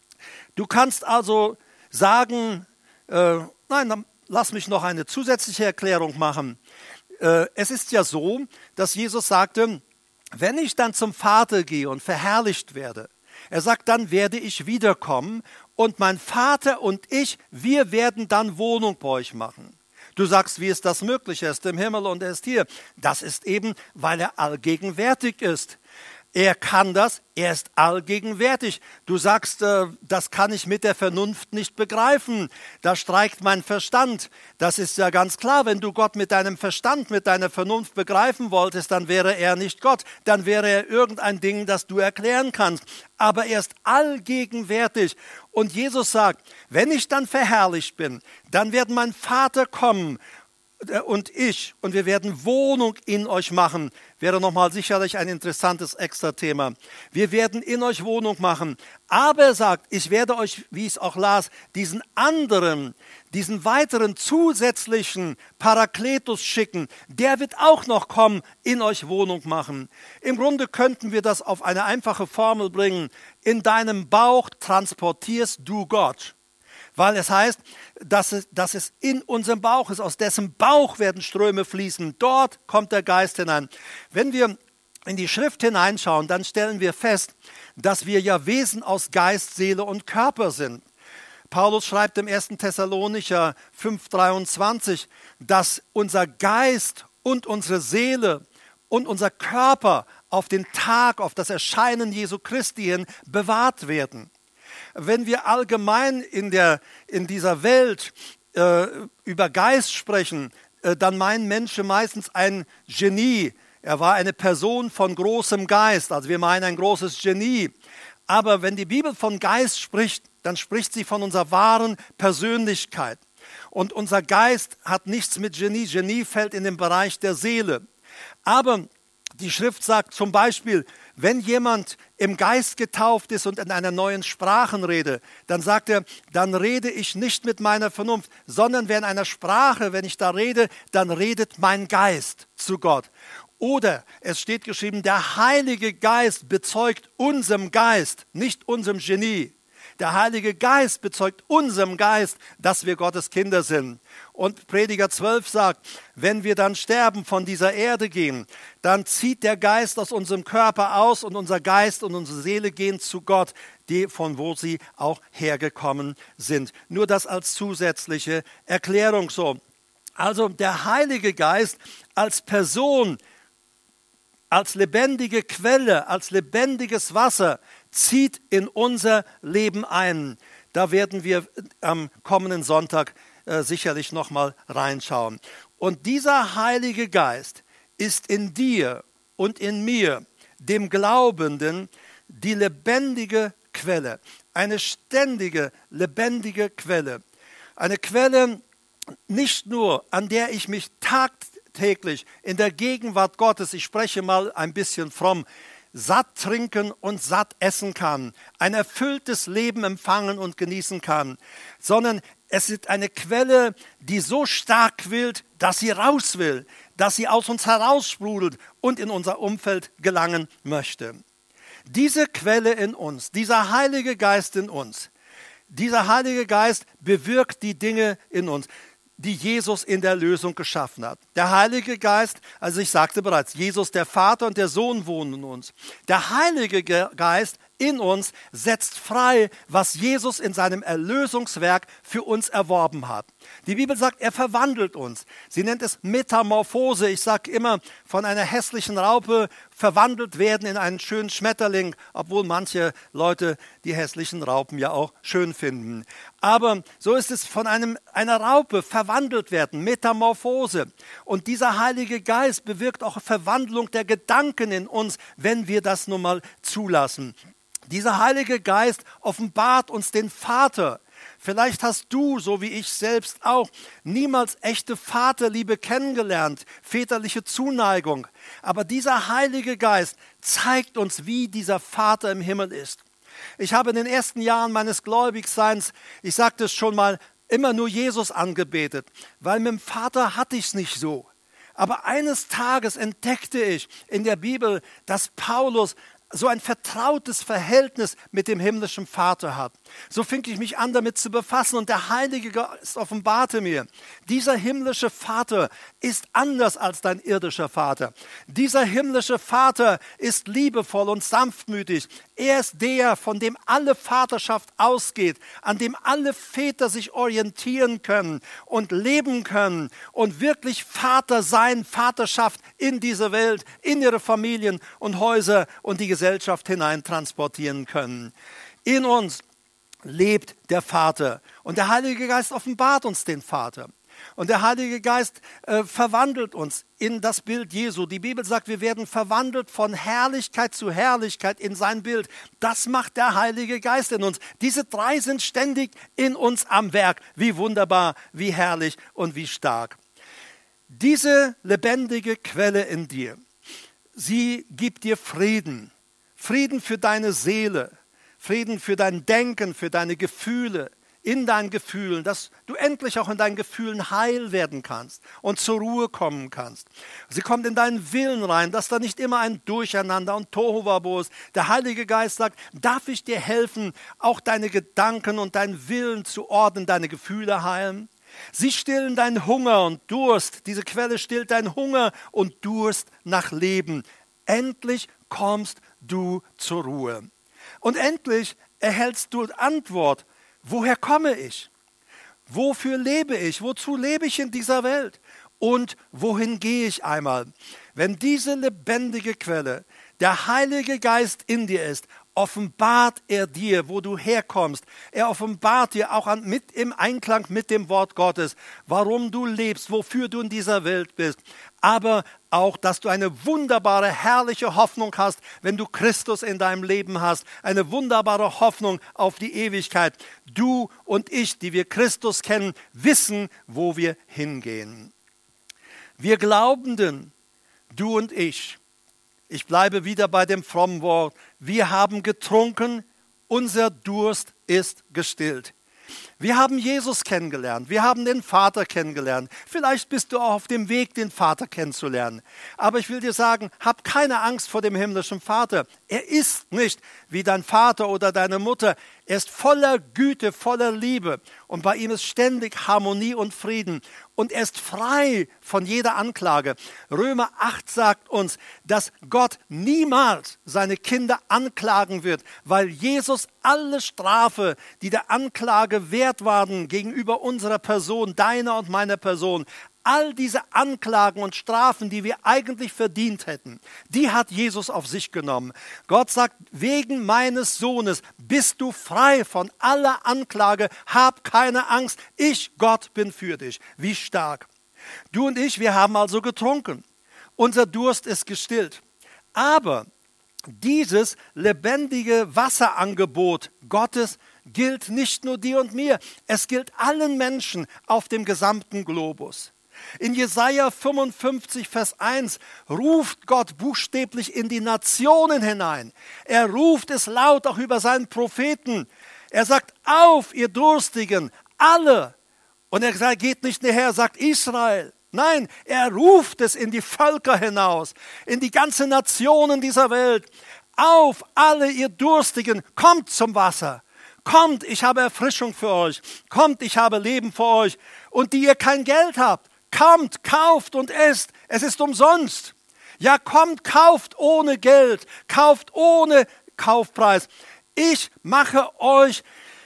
Du kannst also sagen, äh, nein, dann lass mich noch eine zusätzliche Erklärung machen. Äh, es ist ja so, dass Jesus sagte, wenn ich dann zum Vater gehe und verherrlicht werde, er sagt, dann werde ich wiederkommen und mein Vater und ich, wir werden dann Wohnung bei euch machen. Du sagst, wie ist das möglich? Er ist im Himmel und er ist hier. Das ist eben, weil er allgegenwärtig ist. Er kann das, er ist allgegenwärtig. Du sagst, äh, das kann ich mit der Vernunft nicht begreifen. Da streikt mein Verstand. Das ist ja ganz klar, wenn du Gott mit deinem Verstand, mit deiner Vernunft begreifen wolltest, dann wäre er nicht Gott. Dann wäre er irgendein Ding, das du erklären kannst. Aber er ist allgegenwärtig. Und Jesus sagt, wenn ich dann verherrlicht bin, dann wird mein Vater kommen und ich, und wir werden Wohnung in euch machen. Wäre nochmal sicherlich ein interessantes Extra-Thema. Wir werden in euch Wohnung machen. Aber er sagt, ich werde euch, wie ich es auch las, diesen anderen, diesen weiteren zusätzlichen Parakletus schicken. Der wird auch noch kommen, in euch Wohnung machen. Im Grunde könnten wir das auf eine einfache Formel bringen. In deinem Bauch transportierst du Gott. Weil es heißt, dass es, dass es in unserem Bauch ist, aus dessen Bauch werden Ströme fließen. Dort kommt der Geist hinein. Wenn wir in die Schrift hineinschauen, dann stellen wir fest, dass wir ja Wesen aus Geist, Seele und Körper sind. Paulus schreibt im ersten Thessalonicher fünf dreiundzwanzig, dass unser Geist und unsere Seele und unser Körper auf den Tag, auf das Erscheinen Jesu Christi hin bewahrt werden. wenn wir allgemein in, der, in dieser Welt äh, über Geist sprechen, äh, dann meinen Menschen meistens ein Genie. Er war eine Person von großem Geist, also wir meinen ein großes Genie. Aber wenn die Bibel von Geist spricht, dann spricht sie von unserer wahren Persönlichkeit. Und unser Geist hat nichts mit Genie. Genie fällt in den Bereich der Seele. Aber die Schrift sagt zum Beispiel, wenn jemand im Geist getauft ist und in einer neuen Sprache redet, dann sagt er, dann rede ich nicht mit meiner Vernunft, sondern wer in einer Sprache, wenn ich da rede, dann redet mein Geist zu Gott. Oder es steht geschrieben, der Heilige Geist bezeugt unserem Geist, nicht unserem Genie. Der Heilige Geist bezeugt unserem Geist, dass wir Gottes Kinder sind. Und Prediger zwölf sagt, wenn wir dann sterben, von dieser Erde gehen, dann zieht der Geist aus unserem Körper aus und unser Geist und unsere Seele gehen zu Gott, die, von wo sie auch hergekommen sind. Nur das als zusätzliche Erklärung so. Also der Heilige Geist als Person, als lebendige Quelle, als lebendiges Wasser zieht in unser Leben ein. Da werden wir am kommenden Sonntag äh, sicherlich nochmal reinschauen. Und dieser Heilige Geist ist in dir und in mir, dem Glaubenden, die lebendige Quelle. Eine ständige, lebendige Quelle. Eine Quelle nicht nur, an der ich mich tagtäglich in der Gegenwart Gottes, ich spreche mal ein bisschen fromm, satt trinken und satt essen kann, ein erfülltes Leben empfangen und genießen kann, sondern es ist eine Quelle, die so stark quillt, dass sie raus will, dass sie aus uns heraussprudelt und in unser Umfeld gelangen möchte. Diese Quelle in uns, dieser Heilige Geist in uns, dieser Heilige Geist bewirkt die Dinge in uns, die Jesus in der Lösung geschaffen hat. Der Heilige Geist, also ich sagte bereits, Jesus, der Vater und der Sohn wohnen in uns. Der Heilige Geist in uns setzt frei, was Jesus in seinem Erlösungswerk für uns erworben hat. Die Bibel sagt, er verwandelt uns. Sie nennt es Metamorphose. Ich sage immer, von einer hässlichen Raupe verwandelt werden in einen schönen Schmetterling, obwohl manche Leute die hässlichen Raupen ja auch schön finden. Aber so ist es von einem, einer Raupe verwandelt werden, Metamorphose. Und dieser Heilige Geist bewirkt auch Verwandlung der Gedanken in uns, wenn wir das nun mal zulassen. Dieser Heilige Geist offenbart uns den Vater. Vielleicht hast du, so wie ich selbst auch, niemals echte Vaterliebe kennengelernt, väterliche Zuneigung. Aber dieser Heilige Geist zeigt uns, wie dieser Vater im Himmel ist. Ich habe in den ersten Jahren meines Gläubigseins, ich sagte es schon mal, immer nur Jesus angebetet, weil mit dem Vater hatte ich es nicht so. Aber eines Tages entdeckte ich in der Bibel, dass Paulus so ein vertrautes Verhältnis mit dem himmlischen Vater hat. So fing ich mich an, damit zu befassen und der Heilige Geist offenbarte mir, dieser himmlische Vater ist anders als dein irdischer Vater. Dieser himmlische Vater ist liebevoll und sanftmütig. Er ist der, von dem alle Vaterschaft ausgeht, an dem alle Väter sich orientieren können und leben können und wirklich Vater sein, Vaterschaft in diese Welt, in ihre Familien und Häuser und die Gesellschaft hinein transportieren können. In uns lebt der Vater und der Heilige Geist offenbart uns den Vater. Und der Heilige Geist äh, verwandelt uns in das Bild Jesu. Die Bibel sagt, wir werden verwandelt von Herrlichkeit zu Herrlichkeit in sein Bild. Das macht der Heilige Geist in uns. Diese drei sind ständig in uns am Werk. Wie wunderbar, wie herrlich und wie stark. Diese lebendige Quelle in dir, sie gibt dir Frieden. Frieden für deine Seele, Frieden für dein Denken, für deine Gefühle, in deinen Gefühlen, dass du endlich auch in deinen Gefühlen heil werden kannst und zur Ruhe kommen kannst. Sie kommt in deinen Willen rein, dass da nicht immer ein Durcheinander und Tohuwabohu ist. Der Heilige Geist sagt, darf ich dir helfen, auch deine Gedanken und deinen Willen zu ordnen, deine Gefühle heilen? Sie stillen deinen Hunger und Durst. Diese Quelle stillt deinen Hunger und Durst nach Leben. Endlich kommst du zur Ruhe. Und endlich erhältst du Antwort, woher komme ich? Wofür lebe ich? Wozu lebe ich in dieser Welt? Und wohin gehe ich einmal? Wenn diese lebendige Quelle, der Heilige Geist in dir ist, offenbart er dir, wo du herkommst. Er offenbart dir auch an, mit, im Einklang mit dem Wort Gottes, warum du lebst, wofür du in dieser Welt bist. Aber auch, dass du eine wunderbare, herrliche Hoffnung hast, wenn du Christus in deinem Leben hast. Eine wunderbare Hoffnung auf die Ewigkeit. Du und ich, die wir Christus kennen, wissen, wo wir hingehen. Wir Glaubenden, du und ich, ich bleibe wieder bei dem frommen Wort, wir haben getrunken, unser Durst ist gestillt. Wir haben Jesus kennengelernt, wir haben den Vater kennengelernt. Vielleicht bist du auch auf dem Weg, den Vater kennenzulernen. Aber ich will dir sagen, hab keine Angst vor dem himmlischen Vater. Er ist nicht wie dein Vater oder deine Mutter. Er ist voller Güte, voller Liebe. Und bei ihm ist ständig Harmonie und Frieden. Und er ist frei von jeder Anklage. Römer acht sagt uns, dass Gott niemals seine Kinder anklagen wird, weil Jesus alle Strafe, die der Anklage wert waren gegenüber unserer Person, deiner und meiner Person, all diese Anklagen und Strafen, die wir eigentlich verdient hätten, die hat Jesus auf sich genommen. Gott sagt, wegen meines Sohnes bist du frei von aller Anklage. Hab keine Angst, ich, Gott, bin für dich. Wie stark. Du und ich, wir haben also getrunken. Unser Durst ist gestillt. Aber dieses lebendige Wasserangebot Gottes gilt nicht nur dir und mir. Es gilt allen Menschen auf dem gesamten Globus. In Jesaja fünfundfünfzig, Vers eins ruft Gott buchstäblich in die Nationen hinein. Er ruft es laut auch über seinen Propheten. Er sagt, auf, ihr Durstigen, alle. Und er sagt, geht nicht näher, sagt Israel. Nein, er ruft es in die Völker hinaus, in die ganzen Nationen dieser Welt. Auf, alle ihr Durstigen, kommt zum Wasser. Kommt, ich habe Erfrischung für euch. Kommt, ich habe Leben für euch. Und die ihr kein Geld habt, kommt, kauft und esst. Es ist umsonst. Ja, kommt, kauft ohne Geld. Kauft ohne Kaufpreis. Ich mache euch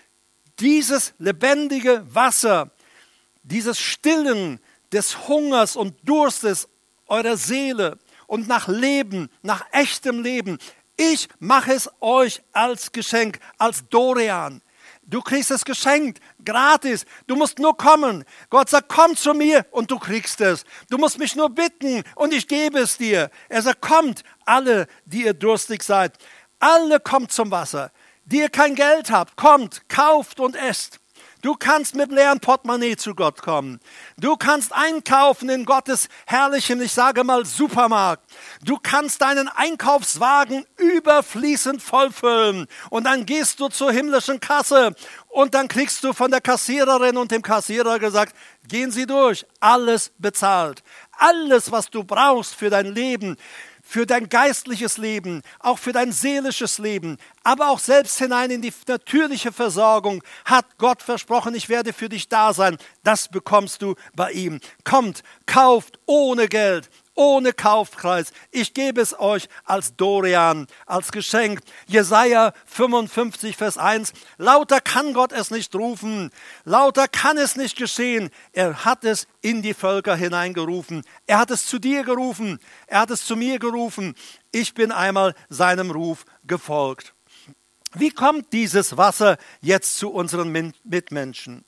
dieses lebendige Wasser, dieses Stillen des Hungers und Durstes eurer Seele und nach Leben, nach echtem Leben. Ich mache es euch als Geschenk, als Dorian. Du kriegst es geschenkt, gratis. Du musst nur kommen. Gott sagt, komm zu mir und du kriegst es. Du musst mich nur bitten und ich gebe es dir. Er sagt, kommt, alle, die ihr durstig seid. Alle kommt zum Wasser. Die ihr kein Geld habt, kommt, kauft und esst. Du kannst mit leeren Portemonnaie zu Gott kommen. Du kannst einkaufen in Gottes herrlichem, ich sage mal, Supermarkt. Du kannst deinen Einkaufswagen überfließend vollfüllen. Und dann gehst du zur himmlischen Kasse und dann kriegst du von der Kassiererin und dem Kassierer gesagt, gehen Sie durch, alles bezahlt. Alles, was du brauchst für dein Leben, für dein geistliches Leben, auch für dein seelisches Leben, aber auch selbst hinein in die natürliche Versorgung, hat Gott versprochen, ich werde für dich da sein. Das bekommst du bei ihm. Kommt, kauft ohne Geld, ohne Kaufpreis. Ich gebe es euch als Dorian, als Geschenk. Jesaja fünfundfünfzig, Vers eins. Lauter kann Gott es nicht rufen. Lauter kann es nicht geschehen. Er hat es in die Völker hineingerufen. Er hat es zu dir gerufen. Er hat es zu mir gerufen. Ich bin einmal seinem Ruf gefolgt. Wie kommt dieses Wasser jetzt zu unseren Mitmenschen?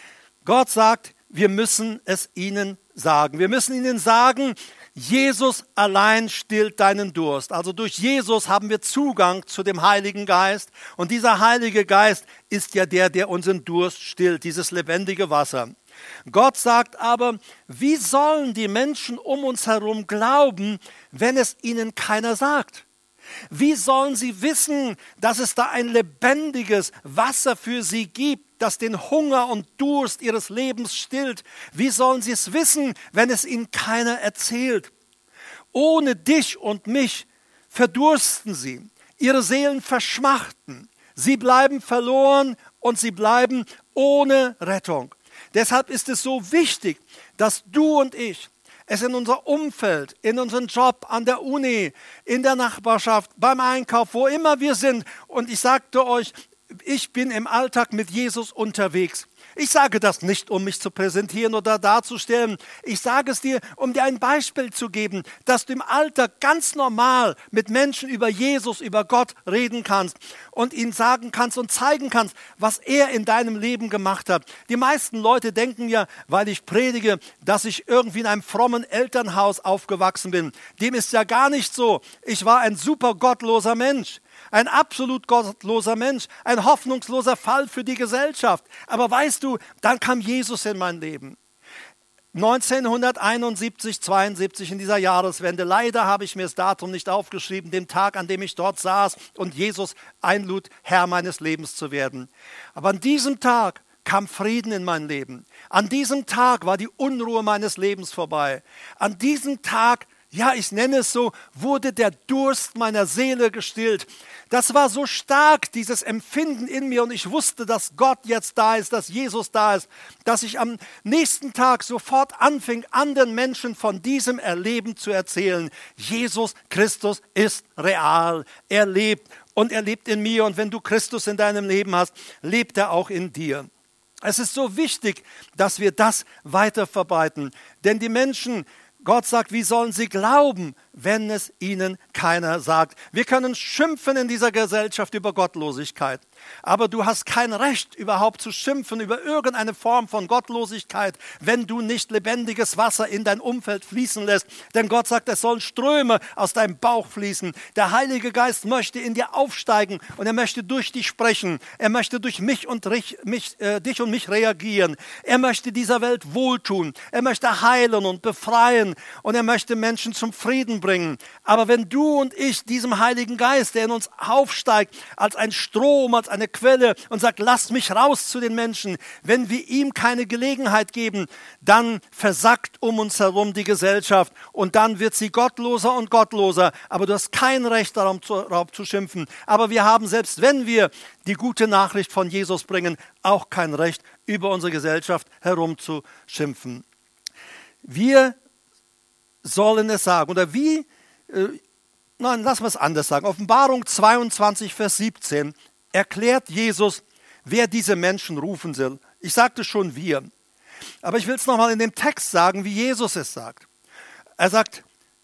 Gott sagt, wir müssen es ihnen sagen. Wir müssen ihnen sagen, Jesus allein stillt deinen Durst. Also durch Jesus haben wir Zugang zu dem Heiligen Geist. Und dieser Heilige Geist ist ja der, der unseren Durst stillt, dieses lebendige Wasser. Gott sagt aber, wie sollen die Menschen um uns herum glauben, wenn es ihnen keiner sagt? Wie sollen sie wissen, dass es da ein lebendiges Wasser für sie gibt, das den Hunger und Durst ihres Lebens stillt? Wie sollen sie es wissen, wenn es ihnen keiner erzählt? Ohne dich und mich verdursten sie, ihre Seelen verschmachten. Sie bleiben verloren und sie bleiben ohne Rettung. Deshalb ist es so wichtig, dass du und ich es in unser Umfeld, in unseren Job, an der Uni, in der Nachbarschaft, beim Einkauf, wo immer wir sind. Und ich sagte euch, ich bin im Alltag mit Jesus unterwegs. Ich sage das nicht, um mich zu präsentieren oder darzustellen. Ich sage es dir, um dir ein Beispiel zu geben, dass du im Alltag ganz normal mit Menschen über Jesus, über Gott reden kannst und ihnen sagen kannst und zeigen kannst, was er in deinem Leben gemacht hat. Die meisten Leute denken ja, weil ich predige, dass ich irgendwie in einem frommen Elternhaus aufgewachsen bin. Dem ist ja gar nicht so. Ich war ein super gottloser Mensch. Ein absolut gottloser Mensch, ein hoffnungsloser Fall für die Gesellschaft. Aber weißt du, dann kam Jesus in mein Leben. neunzehnhunderteinundsiebzig, zweiundsiebzig in dieser Jahreswende. Leider habe ich mir das Datum nicht aufgeschrieben, dem Tag, an dem ich dort saß und Jesus einlud, Herr meines Lebens zu werden. Aber an diesem Tag kam Frieden in mein Leben. An diesem Tag war die Unruhe meines Lebens vorbei. An diesem Tag, ja, ich nenne es so, wurde der Durst meiner Seele gestillt. Das war so stark, dieses Empfinden in mir, und ich wusste, dass Gott jetzt da ist, dass Jesus da ist, dass ich am nächsten Tag sofort anfing, anderen Menschen von diesem Erleben zu erzählen. Jesus Christus ist real, er lebt und er lebt in mir, und wenn du Christus in deinem Leben hast, lebt er auch in dir. Es ist so wichtig, dass wir das weiter verbreiten, denn die Menschen, Gott sagt, wie sollen sie glauben, wenn es ihnen keiner sagt? Wir können schimpfen in dieser Gesellschaft über Gottlosigkeit, aber du hast kein Recht, überhaupt zu schimpfen über irgendeine Form von Gottlosigkeit, wenn du nicht lebendiges Wasser in dein Umfeld fließen lässt. Denn Gott sagt, es sollen Ströme aus deinem Bauch fließen. Der Heilige Geist möchte in dir aufsteigen und er möchte durch dich sprechen. Er möchte durch mich und mich, äh, dich und mich reagieren. Er möchte dieser Welt wohltun. Er möchte heilen und befreien und er möchte Menschen zum Frieden bringen. Aber wenn du und ich diesem Heiligen Geist, der in uns aufsteigt, als ein Strom, als eine Quelle und sagt, lasst mich raus zu den Menschen, wenn wir ihm keine Gelegenheit geben, dann versackt um uns herum die Gesellschaft und dann wird sie gottloser und gottloser. Aber du hast kein Recht darauf zu, darauf zu schimpfen. Aber wir haben, selbst wenn wir die gute Nachricht von Jesus bringen, auch kein Recht, über unsere Gesellschaft herumzuschimpfen. Wir sollen es sagen. Oder wie, äh, nein, lass mal es anders sagen. Offenbarung zweiundzwanzig, Vers siebzehn erklärt Jesus, wer diese Menschen rufen soll. Ich sagte schon wir. Aber ich will es nochmal in dem Text sagen, wie Jesus es sagt. Er sagt,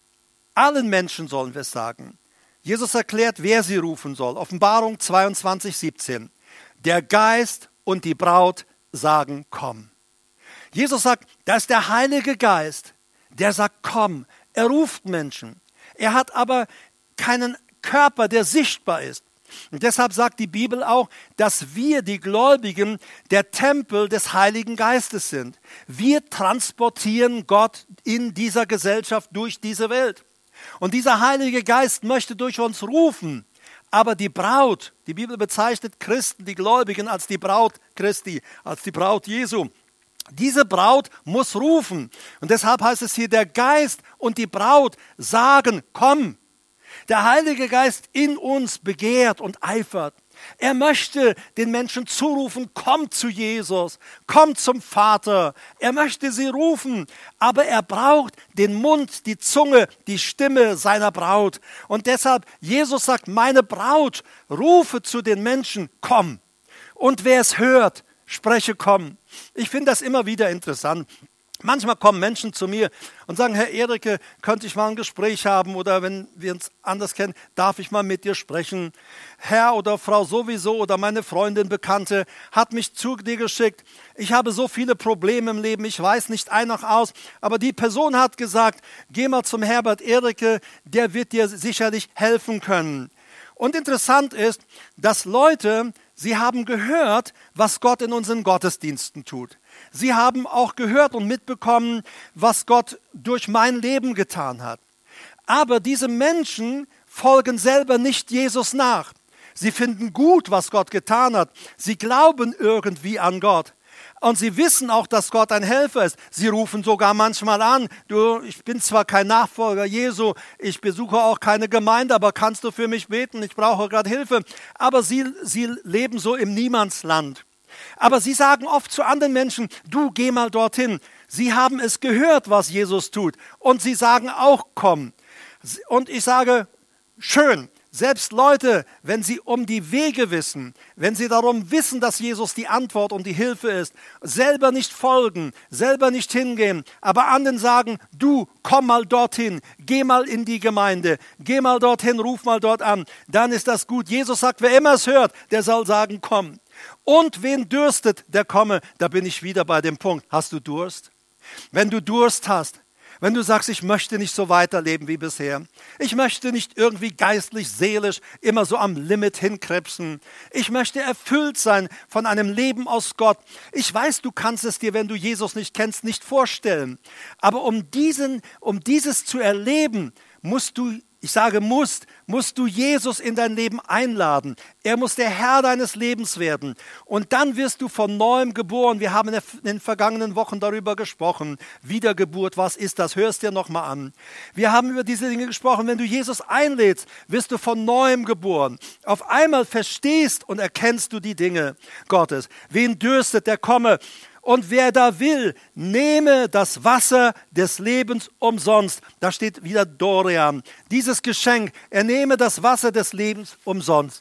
allen Menschen sollen wir es sagen. Jesus erklärt, wer sie rufen soll. Offenbarung zweiundzwanzig, siebzehn. Der Geist und die Braut sagen, komm. Jesus sagt, da ist der Heilige Geist, der sagt, komm. Er ruft Menschen. Er hat aber keinen Körper, der sichtbar ist. Und deshalb sagt die Bibel auch, dass wir, die Gläubigen, der Tempel des Heiligen Geistes sind. Wir transportieren Gott in dieser Gesellschaft durch diese Welt. Und dieser Heilige Geist möchte durch uns rufen. Aber die Braut, die Bibel bezeichnet Christen, die Gläubigen, als die Braut Christi, als die Braut Jesu. Diese Braut muss rufen. Und deshalb heißt es hier, der Geist und die Braut sagen, komm. Der Heilige Geist in uns begehrt und eifert. Er möchte den Menschen zurufen, komm zu Jesus, komm zum Vater. Er möchte sie rufen, aber er braucht den Mund, die Zunge, die Stimme seiner Braut. Und deshalb, Jesus sagt, meine Braut, rufe zu den Menschen, komm. Und wer es hört, spreche, komm. Ich finde das immer wieder interessant. Manchmal kommen Menschen zu mir und sagen, Herr Erike, könnte ich mal ein Gespräch haben oder wenn wir uns anders kennen, darf ich mal mit dir sprechen? Herr oder Frau sowieso oder meine Freundin, Bekannte hat mich zu dir geschickt. Ich habe so viele Probleme im Leben, ich weiß nicht ein noch aus, aber die Person hat gesagt, geh mal zum Herbert Erike, der wird dir sicherlich helfen können. Und interessant ist, dass Leute, sie haben gehört, was Gott in unseren Gottesdiensten tut. Sie haben auch gehört und mitbekommen, was Gott durch mein Leben getan hat. Aber diese Menschen folgen selber nicht Jesus nach. Sie finden gut, was Gott getan hat. Sie glauben irgendwie an Gott. Und sie wissen auch, dass Gott ein Helfer ist. Sie rufen sogar manchmal an, du, ich bin zwar kein Nachfolger Jesu, ich besuche auch keine Gemeinde, aber kannst du für mich beten? Ich brauche gerade Hilfe. Aber sie, sie leben so im Niemandsland. Aber sie sagen oft zu anderen Menschen, du geh mal dorthin. Sie haben es gehört, was Jesus tut. Und sie sagen auch, komm. Und ich sage, schön. Selbst Leute, wenn sie um die Wege wissen, wenn sie darum wissen, dass Jesus die Antwort und die Hilfe ist, selber nicht folgen, selber nicht hingehen, aber anderen sagen, du, komm mal dorthin, geh mal in die Gemeinde, geh mal dorthin, ruf mal dort an, dann ist das gut. Jesus sagt, wer immer es hört, der soll sagen, komm. Und wen dürstet, der komme. Da bin ich wieder bei dem Punkt. Hast du Durst? Wenn du Durst hast, wenn du sagst, ich möchte nicht so weiterleben wie bisher, ich möchte nicht irgendwie geistlich, seelisch immer so am Limit hinkrebsen, ich möchte erfüllt sein von einem Leben aus Gott. Ich weiß, du kannst es dir, wenn du Jesus nicht kennst, nicht vorstellen. Aber um diesen, um dieses zu erleben, musst du Ich sage musst, musst du Jesus in dein Leben einladen. Er muss der Herr deines Lebens werden. Und dann wirst du von Neuem geboren. Wir haben in den vergangenen Wochen darüber gesprochen. Wiedergeburt, was ist das? Hör es dir nochmal an. Wir haben über diese Dinge gesprochen. Wenn du Jesus einlädst, wirst du von Neuem geboren. Auf einmal verstehst und erkennst du die Dinge Gottes. Wen dürstet, der komme. Und wer da will, nehme das Wasser des Lebens umsonst. Da steht wieder Dorian. Dieses Geschenk, er nehme das Wasser des Lebens umsonst.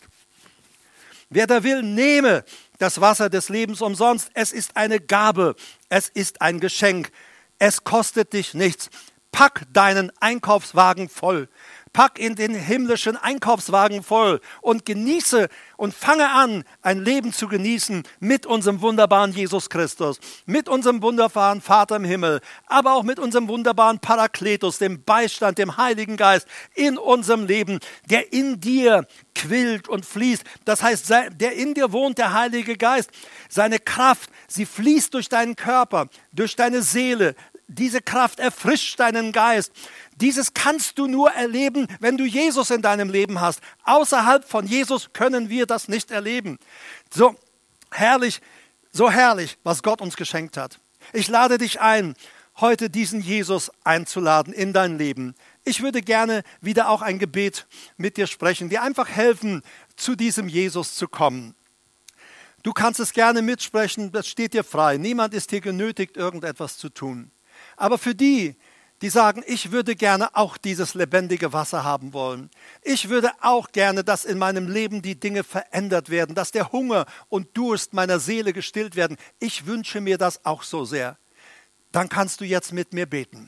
Wer da will, nehme das Wasser des Lebens umsonst. Es ist eine Gabe, es ist ein Geschenk. Es kostet dich nichts. Pack deinen Einkaufswagen voll. Pack in den himmlischen Einkaufswagen voll und genieße und fange an, ein Leben zu genießen mit unserem wunderbaren Jesus Christus, mit unserem wunderbaren Vater im Himmel, aber auch mit unserem wunderbaren Parakletos, dem Beistand, dem Heiligen Geist in unserem Leben, der in dir quillt und fließt. Das heißt, der in dir wohnt, der Heilige Geist, seine Kraft, sie fließt durch deinen Körper, durch deine Seele. Diese Kraft erfrischt deinen Geist. Dieses kannst du nur erleben, wenn du Jesus in deinem Leben hast. Außerhalb von Jesus können wir das nicht erleben. So herrlich, so herrlich, was Gott uns geschenkt hat. Ich lade dich ein, heute diesen Jesus einzuladen in dein Leben. Ich würde gerne wieder auch ein Gebet mit dir sprechen, dir einfach helfen, zu diesem Jesus zu kommen. Du kannst es gerne mitsprechen, das steht dir frei. Niemand ist hier genötigt, irgendetwas zu tun. Aber für die, die sagen, ich würde gerne auch dieses lebendige Wasser haben wollen. Ich würde auch gerne, dass in meinem Leben die Dinge verändert werden, dass der Hunger und Durst meiner Seele gestillt werden. Ich wünsche mir das auch so sehr. Dann kannst du jetzt mit mir beten.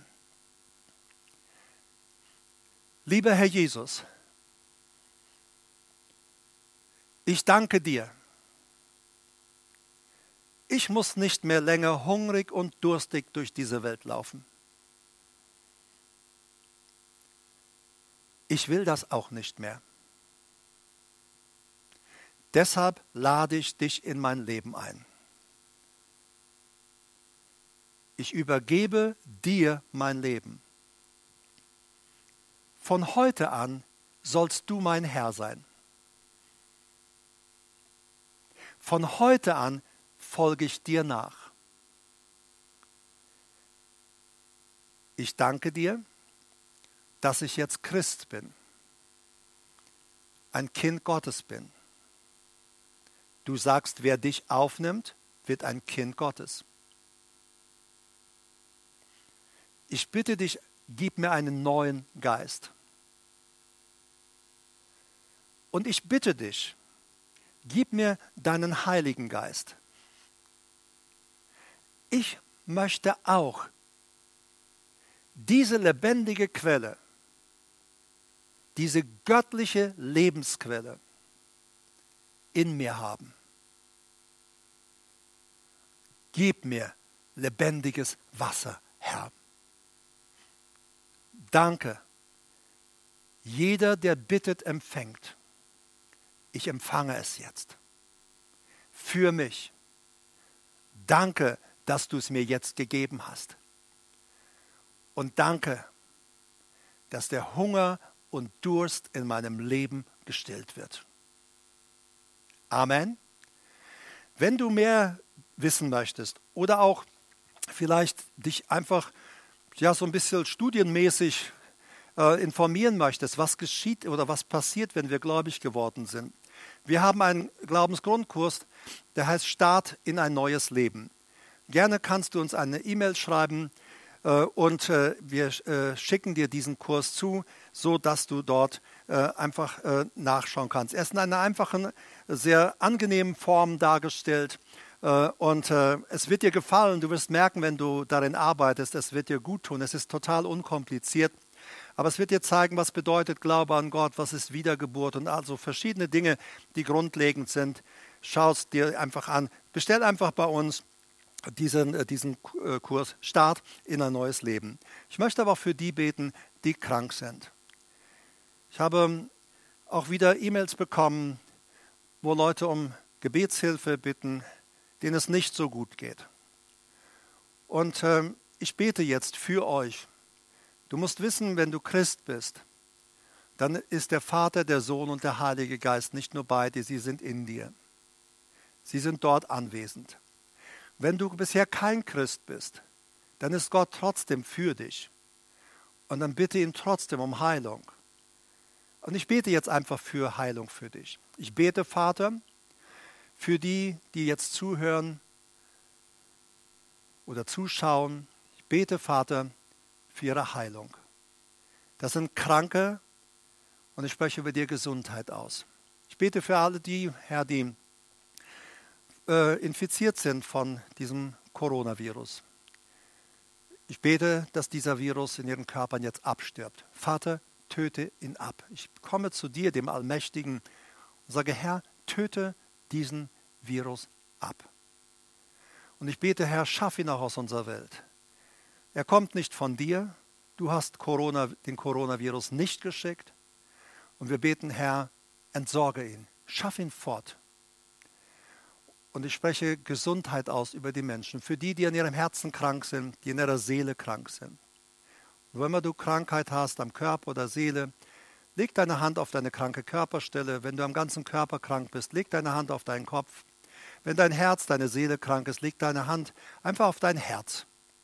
Lieber Herr Jesus, ich danke dir. Ich muss nicht mehr länger hungrig und durstig durch diese Welt laufen. Ich will das auch nicht mehr. Deshalb lade ich dich in mein Leben ein. Ich übergebe dir mein Leben. Von heute an sollst du mein Herr sein. Von heute an folge ich dir nach. Ich danke dir, dass ich jetzt Christ bin, ein Kind Gottes bin. Du sagst, wer dich aufnimmt, wird ein Kind Gottes. Ich bitte dich, gib mir einen neuen Geist. Und ich bitte dich, gib mir deinen Heiligen Geist. Ich möchte auch diese lebendige Quelle, diese göttliche Lebensquelle in mir haben. Gib mir lebendiges Wasser, Herr. Danke. Jeder, der bittet, empfängt. Ich empfange es jetzt. Für mich. Danke, dass du es mir jetzt gegeben hast. Und danke, dass der Hunger und Durst in meinem Leben gestillt wird. Amen. Wenn du mehr wissen möchtest oder auch vielleicht dich einfach ja, so ein bisschen studienmäßig äh, informieren möchtest, was geschieht oder was passiert, wenn wir gläubig geworden sind. Wir haben einen Glaubensgrundkurs, der heißt Start in ein neues Leben. Gerne kannst du uns eine E-Mail schreiben. Und wir schicken dir diesen Kurs zu, so dass du dort einfach nachschauen kannst. Er ist in einer einfachen, sehr angenehmen Form dargestellt. Und es wird dir gefallen. Du wirst merken, wenn du darin arbeitest, es wird dir gut tun. Es ist total unkompliziert. Aber es wird dir zeigen, was bedeutet Glaube an Gott, was ist Wiedergeburt und also verschiedene Dinge, die grundlegend sind. Schau es dir einfach an. Bestell einfach bei uns diesen, diesen Kurs Start in ein neues Leben. Ich möchte aber auch für die beten, die krank sind. Ich habe auch wieder E-Mails bekommen, wo Leute um Gebetshilfe bitten, denen es nicht so gut geht. Und äh, ich bete jetzt für euch. Du musst wissen, wenn du Christ bist, dann ist der Vater, der Sohn und der Heilige Geist nicht nur bei dir, sie sind in dir. Sie sind dort anwesend. Wenn du bisher kein Christ bist, dann ist Gott trotzdem für dich. Und dann bitte ihn trotzdem um Heilung. Und ich bete jetzt einfach für Heilung für dich. Ich bete, Vater, für die, die jetzt zuhören oder zuschauen. Ich bete, Vater, für ihre Heilung. Das sind Kranke und ich spreche über dir Gesundheit aus. Ich bete für alle die, Herr, die äh, infiziert sind von diesem Coronavirus. Ich bete, dass dieser Virus in ihren Körpern jetzt abstirbt. Vater, töte ihn ab. Ich komme zu dir, dem Allmächtigen, und sage, Herr, töte diesen Virus ab. Und ich bete, Herr, schaff ihn auch aus unserer Welt. Er kommt nicht von dir. Du hast Corona, den Coronavirus nicht geschickt. Und wir beten, Herr, entsorge ihn. Schaff ihn fort. Und ich spreche Gesundheit aus über die Menschen. Für die, die an ihrem Herzen krank sind, die in ihrer Seele krank sind. Und wenn du Krankheit hast am Körper oder Seele, leg deine Hand auf deine kranke Körperstelle. Wenn du am ganzen Körper krank bist, leg deine Hand auf deinen Kopf. Wenn dein Herz, deine Seele krank ist, leg deine Hand einfach auf dein Herz.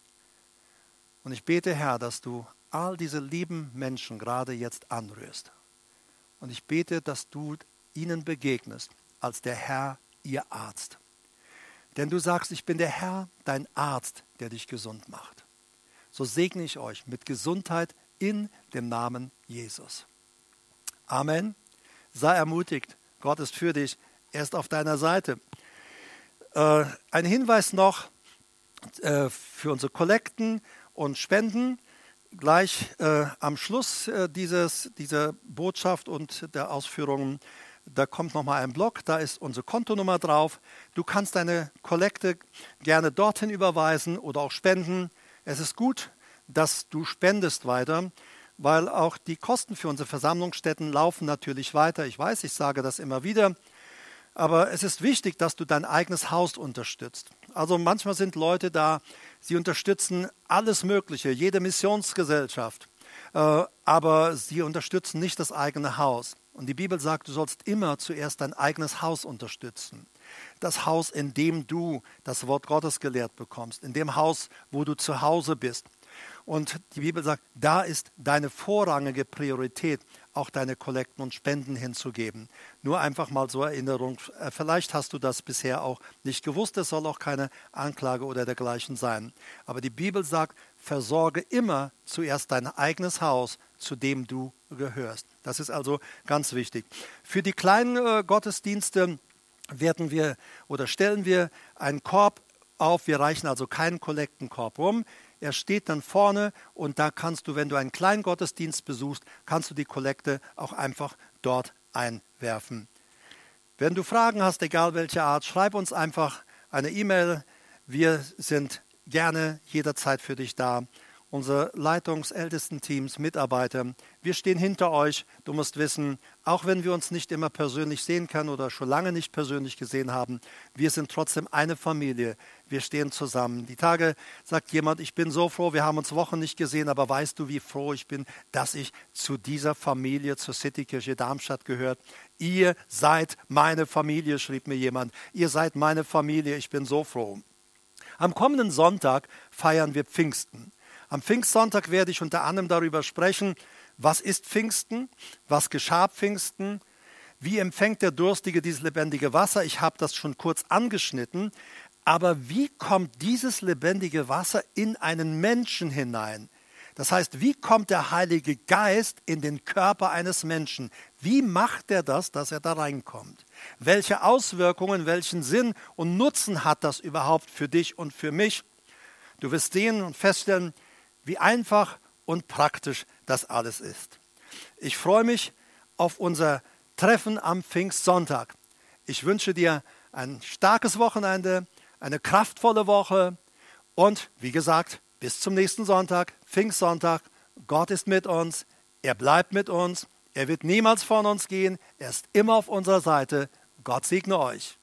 Und ich bete, Herr, dass du all diese lieben Menschen gerade jetzt anrührst. Und ich bete, dass du ihnen begegnest als der Herr, ihr Arzt. Denn du sagst, ich bin der Herr, dein Arzt, der dich gesund macht. So segne ich euch mit Gesundheit in dem Namen Jesus. Amen. Sei ermutigt. Gott ist für dich. Er ist auf deiner Seite. Äh, ein Hinweis noch äh, für unsere Kollekten und Spenden. Gleich äh, am Schluss äh, dieses, dieser Botschaft und der Ausführungen, da kommt nochmal ein Blog, da ist unsere Kontonummer drauf. Du kannst deine Kollekte gerne dorthin überweisen oder auch spenden. Es ist gut, dass du spendest weiter, weil auch die Kosten für unsere Versammlungsstätten laufen natürlich weiter. Ich weiß, ich sage das immer wieder. Aber es ist wichtig, dass du dein eigenes Haus unterstützt. Also manchmal sind Leute da, sie unterstützen alles Mögliche, jede Missionsgesellschaft, äh, aber sie unterstützen nicht das eigene Haus. Und die Bibel sagt, du sollst immer zuerst dein eigenes Haus unterstützen. Das Haus, in dem du das Wort Gottes gelehrt bekommst, in dem Haus, wo du zu Hause bist. Und die Bibel sagt, da ist deine vorrangige Priorität, auch deine Kollekten und Spenden hinzugeben. Nur einfach mal zur Erinnerung, vielleicht hast du das bisher auch nicht gewusst, es soll auch keine Anklage oder dergleichen sein. Aber die Bibel sagt, versorge immer zuerst dein eigenes Haus, zu dem du gehörst. Das ist also ganz wichtig. Für die kleinen äh, Gottesdienste werden wir oder stellen wir einen Korb auf. Wir reichen also keinen Kollektenkorb rum. Er steht dann vorne und da kannst du, wenn du einen kleinen Gottesdienst besuchst, kannst du die Kollekte auch einfach dort einwerfen. Wenn du Fragen hast, egal welche Art, schreib uns einfach eine E-Mail. Wir sind gerne jederzeit für dich da. Unsere Leitungsältesten-Teams, Mitarbeiter, wir stehen hinter euch. Du musst wissen, auch wenn wir uns nicht immer persönlich sehen können oder schon lange nicht persönlich gesehen haben, wir sind trotzdem eine Familie. Wir stehen zusammen. Die Tage sagt jemand, ich bin so froh, wir haben uns Wochen nicht gesehen, aber weißt du, wie froh ich bin, dass ich zu dieser Familie, zur Citykirche Darmstadt gehört. Ihr seid meine Familie, schrieb mir jemand. Ihr seid meine Familie, ich bin so froh. Am kommenden Sonntag feiern wir Pfingsten. Am Pfingstsonntag werde ich unter anderem darüber sprechen, was ist Pfingsten, was geschah Pfingsten, wie empfängt der Durstige dieses lebendige Wasser. Ich habe das schon kurz angeschnitten, Aber wie kommt dieses lebendige Wasser in einen Menschen hinein? Das heißt, wie kommt der Heilige Geist in den Körper eines Menschen? Wie macht er das, dass er da reinkommt? Welche Auswirkungen, welchen Sinn und Nutzen hat das überhaupt für dich und für mich? Du wirst sehen und feststellen, wie einfach und praktisch das alles ist. Ich freue mich auf unser Treffen am Pfingstsonntag. Ich wünsche dir ein starkes Wochenende, eine kraftvolle Woche und wie gesagt, bis zum nächsten Sonntag, Pfingstsonntag. Gott ist mit uns, er bleibt mit uns, er wird niemals von uns gehen, er ist immer auf unserer Seite. Gott segne euch.